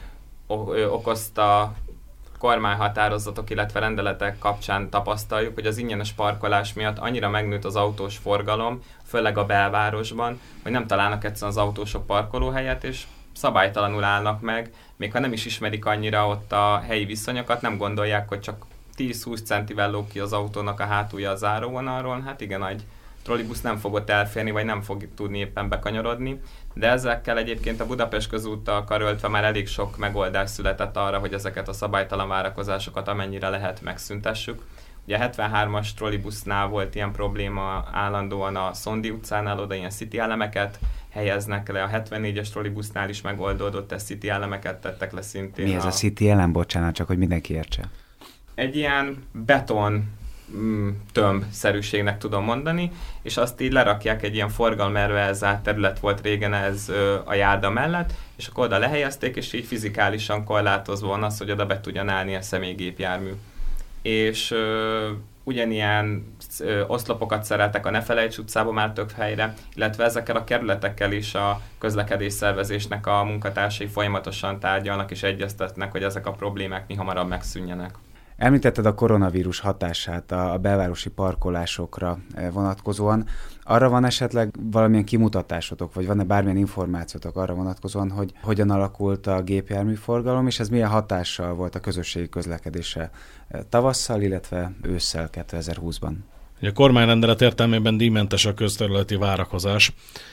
okozta kormányhatározatok, illetve rendeletek kapcsán tapasztaljuk, hogy az ingyenes parkolás miatt annyira megnőtt az autós forgalom, főleg a belvárosban, hogy nem találnak egyszerűen az autósok parkolóhelyet, és szabálytalanul állnak meg, még ha nem is ismerik annyira ott a helyi viszonyokat, nem gondolják, hogy csak tíz-húsz centivel lóg ki az autónak a hátulja a záróvonalról, hát igen, nagy trollibusz nem fogott elférni, vagy nem fog tudni éppen bekanyarodni, de ezekkel egyébként a Budapest közúttal karöltve már elég sok megoldás született arra, hogy ezeket a szabálytalan várakozásokat amennyire lehet megszüntessük. Ugye a hetvenhármas trollibusznál volt ilyen probléma állandóan a Szondi utcánál, oda ilyen city elemeket helyeznek le, a hetvennégyes trollibusznál is megoldódott, ezt city elemeket tettek le szintén. Mi ez a, a city elem? Bocsánat, csak hogy mindenki értse. Egy ilyen beton tömbszerűségnek tudom mondani, és azt így lerakják, egy ilyen forgalmerve elzárt terület volt régen ez ö, a járda mellett, és akkor oda lehelyezték, és így fizikálisan korlátozva van az, hogy oda be tudjon állni a személygépjármű. És ö, ugyanilyen ö, oszlopokat szereltek a Ne Felejts utcába már több helyre, illetve ezekkel a kerületekkel is a közlekedésszervezésnek a munkatársai folyamatosan tárgyalnak és egyeztetnek, hogy ezek a problémák mi hamarabb megszűnjenek. Említetted a koronavírus hatását a, a belvárosi parkolásokra vonatkozóan. Arra van esetleg valamilyen kimutatásotok, vagy van-e bármilyen információtok arra vonatkozóan, hogy hogyan alakult a gépjárműforgalom, és ez milyen hatással volt a közösségi közlekedésre tavasszal, illetve ősszel kétezer-húszban? A kormányrendelet értelmében díjmentes a közterületi várakozás.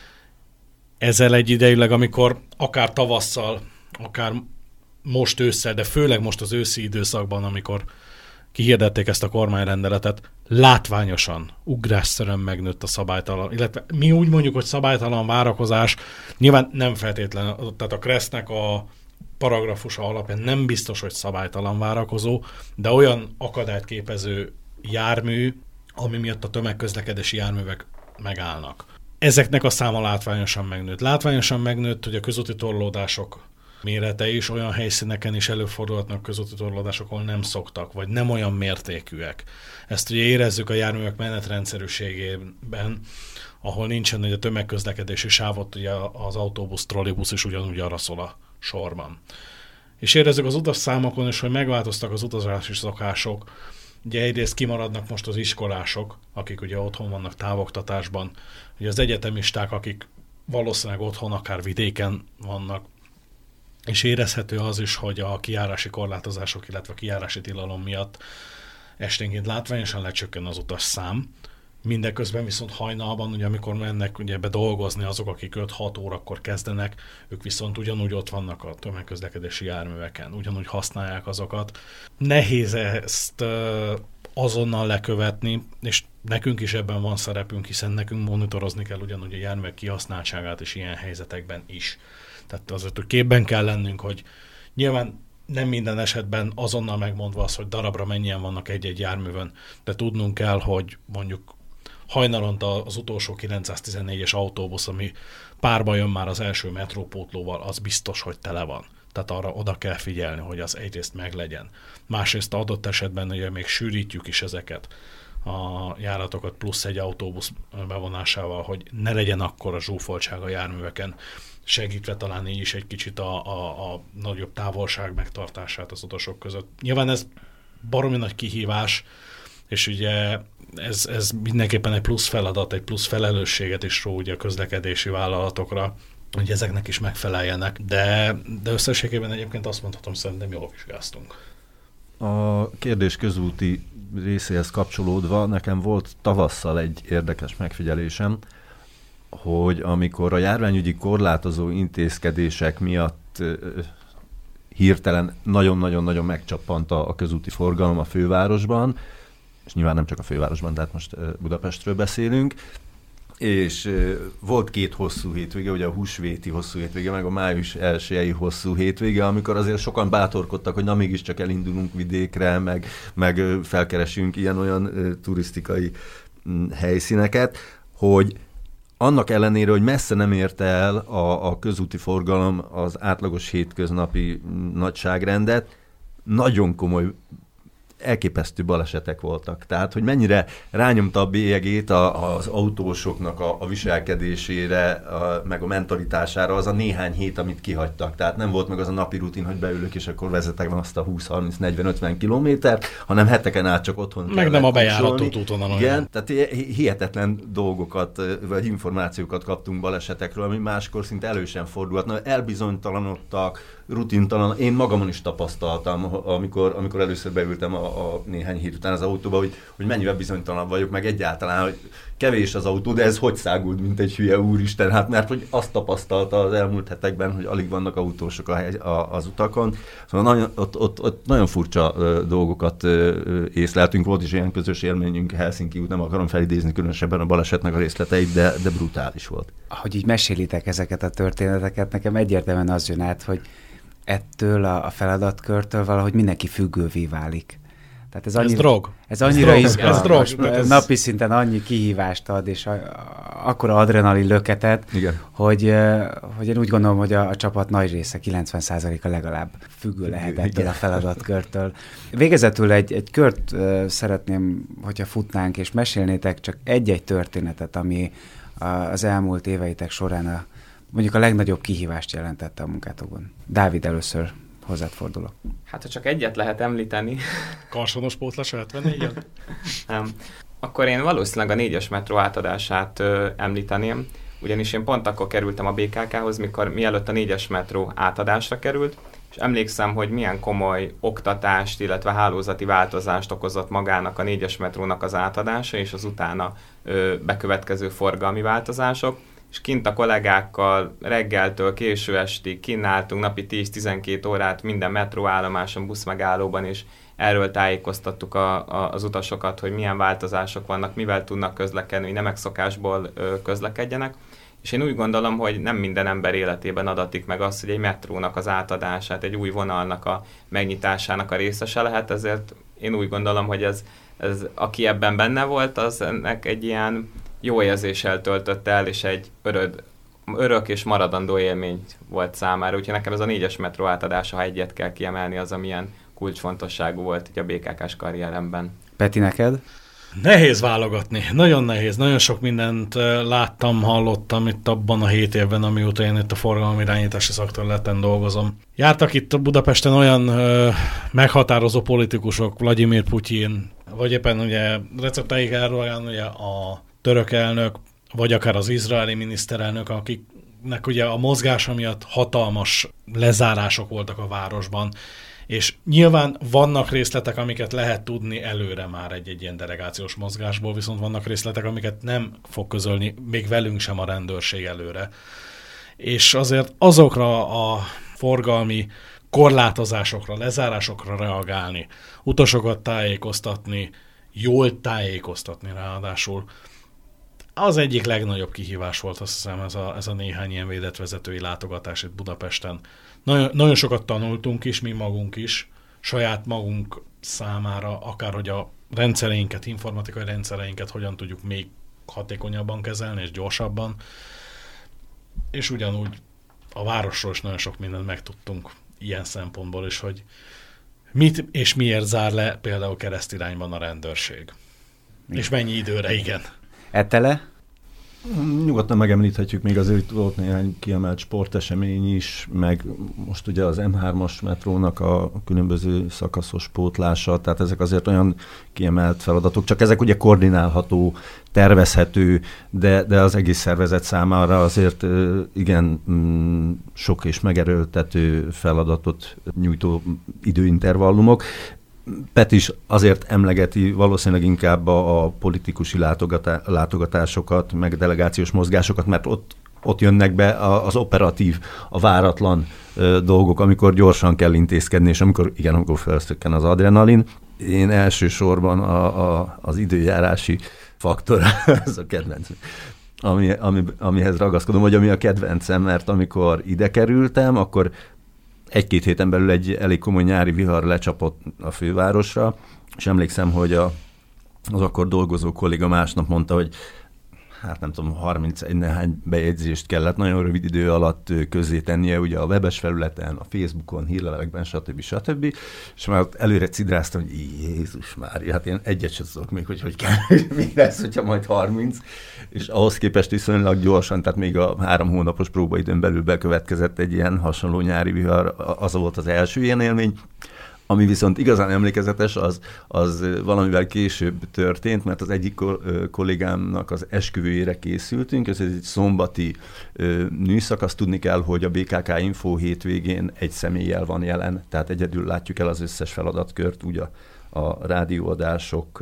Ezzel egyidejűleg, amikor akár tavasszal, akár most ősszel, de főleg most az őszi időszakban, amikor kihirdették ezt a kormányrendeletet, látványosan, ugrásszerűen megnőtt a szabálytalan, illetve mi úgy mondjuk, hogy szabálytalan várakozás, nyilván nem feltétlenül, tehát a Kressznek a paragrafusa alapján nem biztos, hogy szabálytalan várakozó, de olyan akadályt képező jármű, ami miatt a tömegközlekedési járművek megállnak. Ezeknek a száma látványosan megnőtt. Látványosan megnőtt, hogy a közúti torlódások mérete is, olyan helyszíneken is előfordulhatnak közúti torlódások, ahol nem szoktak, vagy nem olyan mértékűek. Ezt ugye érezzük a járművek menetrendszerűségében, ahol nincsen ugye a tömegközlekedési sávot, ugye az autóbusz, trollibusz is ugyanúgy arra szól a sorban. És érezzük az utasszámokon is, hogy megváltoztak az utazási szokások. Ugye egyrészt kimaradnak most az iskolások, akik ugye otthon vannak távoktatásban, ugye az egyetemisták, akik valószínűleg otthon, akár vidéken vannak, és érezhető az is, hogy a kijárási korlátozások, illetve a kijárási tilalom miatt esténként látványosan lecsökken az utas szám. Mindeközben viszont hajnalban, ugye, amikor mennek ugye, be dolgozni azok, akik öt-hat órakor kezdenek, ők viszont ugyanúgy ott vannak a tömegközlekedési járműveken, ugyanúgy használják azokat. Nehéz ezt uh, azonnal lekövetni, és nekünk is ebben van szerepünk, hiszen nekünk monitorozni kell ugyanúgy a járművek kihasználtságát is ilyen helyzetekben is. Tehát azért, hogy képben kell lennünk, hogy nyilván nem minden esetben azonnal megmondva az, hogy darabra mennyien vannak egy-egy járművön, de tudnunk kell, hogy mondjuk hajnalonta az utolsó kilencszáztizennégyes autóbusz, ami párba jön már az első metrópótlóval, az biztos, hogy tele van. Tehát arra oda kell figyelni, hogy az egyrészt meglegyen. Másrészt adott esetben ugye még sűrítjük is ezeket a járatokat plusz egy autóbusz bevonásával, hogy ne legyen akkora zsúfoltság a járműveken, segítve talán így is egy kicsit a, a, a nagyobb távolság megtartását az utasok között. Nyilván ez baromi nagy kihívás, és ugye ez, ez mindenképpen egy plusz feladat, egy plusz felelősséget is ró ugye a közlekedési vállalatokra, hogy ezeknek is megfeleljenek, de, de összességében egyébként azt mondhatom, szerintem jól vizsgáztunk. A kérdés közúti részéhez kapcsolódva nekem volt tavasszal egy érdekes megfigyelésem, hogy amikor a járványügyi korlátozó intézkedések miatt hirtelen nagyon-nagyon-nagyon megcsappant a közúti forgalom a fővárosban, és nyilván nem csak a fővárosban, tehát most Budapestről beszélünk, és volt két hosszú hétvége, ugye a húsvéti hosszú hétvége, meg a május elsőjei hosszú hétvége, amikor azért sokan bátorkodtak, hogy na mégiscsak elindulunk vidékre, meg, meg felkeresünk ilyen-olyan turisztikai helyszíneket, hogy annak ellenére, hogy messze nem érte el a, a közúti forgalom az átlagos hétköznapi nagyságrendet, nagyon komoly, elképesztő balesetek voltak. Tehát, hogy mennyire rányomta a bélyegét a, az autósoknak a, a viselkedésére, a, meg a mentalitására az a néhány hét, amit kihagytak. Tehát nem volt meg az a napi rutin, hogy beülök, és akkor vezetek azt a húsz, harminc, negyven, ötven kilométert, hanem heteken át csak otthon meg nem a bejáratott úton. Igen, tehát hihetetlen dolgokat, vagy információkat kaptunk balesetekről, ami máskor szinte elő sem fordulhatna. Elbizonytalanodtak, rutintalan. Én magamon is tapasztaltam, amikor, amikor először beültem a, a néhány hét után az autóba, hogy, hogy mennyivel bizonytalan vagyok, meg egyáltalán, hogy kevés az autó, de ez hogy szágult, mint egy hülye úristen, hát mert hogy azt tapasztalta az elmúlt hetekben, hogy alig vannak autósok a, a, az utakon. Szóval nagyon, ott, ott, ott nagyon furcsa ö, dolgokat ö, észleltünk, volt is ilyen közös élményünk Helsinki út, nem akarom felidézni különösebben a balesetnek a részleteit, de, de brutális volt. Ahogy így mesélitek ezeket a történeteket, nekem egyértelműen az jön át, hogy ettől a, a feladatkörtől valahogy mindenki függővé válik. Tehát ez, annyira, ez drog. Ez annyira ez izgalmas. drog, ez... Napi szinten annyi kihívást ad, és a, a, akkora adrenalin löketet, igen. Hogy, hogy én úgy gondolom, hogy a, a csapat nagy része, kilencven százaléka legalább függő lehet ettől igen. a feladatkörtől. Végezetül egy, egy kört uh, szeretném, hogyha futnánk, és mesélnétek csak egy-egy történetet, ami a, az elmúlt éveitek során a mondjuk a legnagyobb kihívást jelentette a munkátokban. Dávid, először hozzád fordulok. Hát, ha csak egyet lehet említeni. Karsonos pótlás hetvennégy? Nem. Akkor én valószínűleg a négyes metró átadását ö, említeném, ugyanis én pont akkor kerültem a bé ká ká-hoz, mikor mielőtt a négyes metró átadásra került, és emlékszem, hogy milyen komoly oktatást, illetve hálózati változást okozott magának a négyes metrónak az átadása, és az utána ö, bekövetkező forgalmi változások. És kint a kollégákkal reggeltől késő estig kínáltunk napi tíz-tizenkét órát minden metróállomáson, buszmegállóban, és erről tájékoztattuk a, a, az utasokat, hogy milyen változások vannak, mivel tudnak közlekedni, hogy nem megszokásból ö, közlekedjenek. És én úgy gondolom, hogy nem minden ember életében adatik meg az, hogy egy metrónak az átadását, egy új vonalnak a megnyitásának a részese lehet, ezért én úgy gondolom, hogy ez, ez aki ebben benne volt, az ennek egy ilyen jó érzéssel töltött el, és egy öröd, örök és maradandó élmény volt számára. Úgyhogy nekem ez a négyes metró átadása, ha egyet kell kiemelni, az, amilyen kulcsfontosságú volt így a bé ká ká-s karrieremben. Peti, neked? Nehéz válogatni, nagyon nehéz. Nagyon sok mindent láttam, hallottam itt abban a hét évben, amióta én itt a forgalomirányítási szakterületen dolgozom. Jártak itt Budapesten olyan ö, meghatározó politikusok, Vladimir Putyin, vagy éppen ugye Recep Tayyip Erdogan, ugye a török elnök, vagy akár az izraeli miniszterelnök, akiknek ugye a mozgása miatt hatalmas lezárások voltak a városban, és nyilván vannak részletek, amiket lehet tudni előre már egy-egy ilyen delegációs mozgásból, viszont vannak részletek, amiket nem fog közölni még velünk sem a rendőrség előre. És azért azokra a forgalmi korlátozásokra, lezárásokra reagálni, utasokat tájékoztatni, jól tájékoztatni ráadásul, az egyik legnagyobb kihívás volt, azt hiszem, ez a, ez a néhány ilyen védett vezetői látogatás itt Budapesten. Nagyon, nagyon sokat tanultunk is, mi magunk is, saját magunk számára, akár hogy a rendszereinket, informatikai rendszereinket hogyan tudjuk még hatékonyabban kezelni és gyorsabban. És ugyanúgy a városról is nagyon sok mindent megtudtunk ilyen szempontból is, hogy mit és miért zár le például keresztirányban a rendőrség. Mi? És mennyi időre, igen. Etele? Nyugodtan megemlíthetjük, még azért volt néhány kiemelt sportesemény is, meg most ugye az em hármas metrónak a különböző szakaszos pótlása, tehát ezek azért olyan kiemelt feladatok, csak ezek ugye koordinálható, tervezhető, de, de az egész szervezet számára azért igen sok és megerőltető feladatot nyújtó időintervallumok. Pet is azért emlegeti valószínűleg inkább a, a politikusi látogatá, látogatásokat, meg delegációs mozgásokat, mert ott, ott jönnek be a, az operatív, a váratlan ö, dolgok, amikor gyorsan kell intézkedni, és amikor, igen, amikor felszökken az adrenalin. Én elsősorban a, a, az időjárási faktor, ez a kedvenc, ami, ami, amihez ragaszkodom, vagy ami a kedvencem, mert amikor ide kerültem, akkor egy-két héten belül egy elég komoly nyári vihar lecsapott a fővárosra, és emlékszem, hogy a, az akkor dolgozó kolléga másnap mondta, hogy hát nem tudom, harmincegy nehány bejegyzést kellett nagyon rövid idő alatt közzétennie, ugye a webes felületen, a Facebookon, hírlevelekben, stb. stb. És már ott előre cidráztam, hogy Jézus Mária, hát én egyet sem tudok még, hogy hogy kell, mi lesz, hogyha majd harminc, és ahhoz képest viszonylag gyorsan, tehát még a három hónapos próbaidőn belül bekövetkezett egy ilyen hasonló nyári vihar, az volt az első ilyen élmény. Ami viszont igazán emlékezetes, az, az valamivel később történt, mert az egyik kollégámnak az esküvőjére készültünk, ez egy szombati műszak, azt tudni kell, hogy a bé ká ká Info hétvégén egy személlyel van jelen, tehát egyedül látjuk el az összes feladatkört, úgy a, a rádióadások,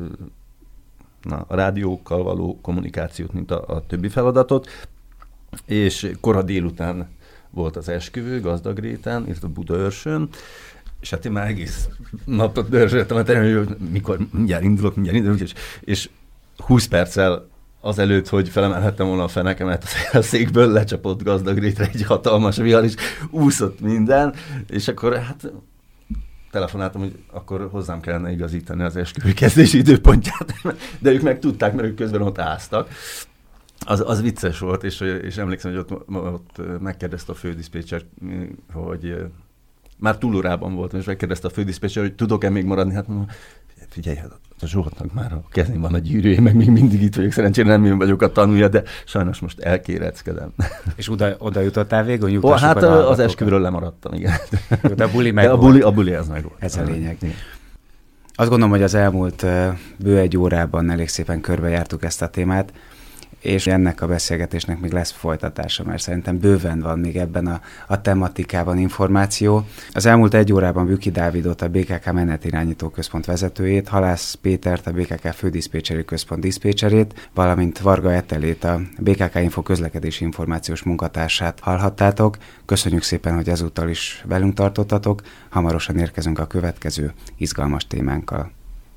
na, a rádiókkal való kommunikációt, mint a, a többi feladatot, és kora délután volt az esküvő, Gazdagréten, illetve Budaörsön, és hát én már egész napot dörzsöltem, hogy mikor mindjárt indulok, mindjárt indulok, és, és húsz perccel azelőtt, hogy felemelhettem volna a fenekemet a székből, lecsapott Gazdagrétre egy hatalmas vihar, és úszott minden, és akkor hát telefonáltam, hogy akkor hozzám kellene igazítani az esküvő kezdési időpontját, de ők meg tudták, mert ők közben ott áztak. Az, az vicces volt, és, és emlékszem, hogy ott, ott megkérdezte a fődiszpécser, hogy már túlórában voltam, és megkérdezte a fődiszpécser, hogy tudok-e még maradni? Hát mondom, figyelj, a Zsoltnak már a kezén van a gyűrűje, meg még mindig itt vagyok, szerencsére nem én vagyok a tanulja, de sajnos most elkéreckedem. És oda, oda jutottál végül? Ó, hát az esküvőről lemaradtam, igen. De a buli meg de a buli, a buli az meg volt. Ez a lényeg. Igen. Azt gondolom, hogy az elmúlt bő egy órában elég szépen körbejártuk ezt a témát, és ennek a beszélgetésnek még lesz folytatása, mert szerintem bőven van még ebben a, a tematikában információ. Az elmúlt egy órában Büki Dávidot, a bé ká ká Menetirányító Központ vezetőjét, Halász Pétert, a bé ká ká Fődiszpécseri Központ diszpécserét, valamint Varga Etelét, a bé ká ká Info közlekedési információs munkatársát hallhattátok. Köszönjük szépen, hogy ezúttal is velünk tartottatok. Hamarosan érkezünk a következő izgalmas témánkkal.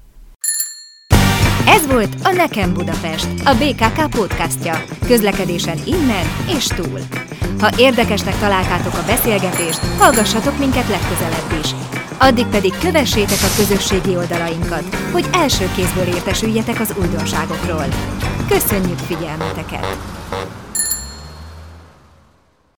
Ez volt a Nekem Budapest, a bé ká ká podcastja, közlekedésen innen és túl. Ha érdekesnek találtátok a beszélgetést, hallgassatok minket legközelebb is. Addig pedig kövessétek a közösségi oldalainkat, hogy első kézből értesüljetek az újdonságokról. Köszönjük figyelmeteket!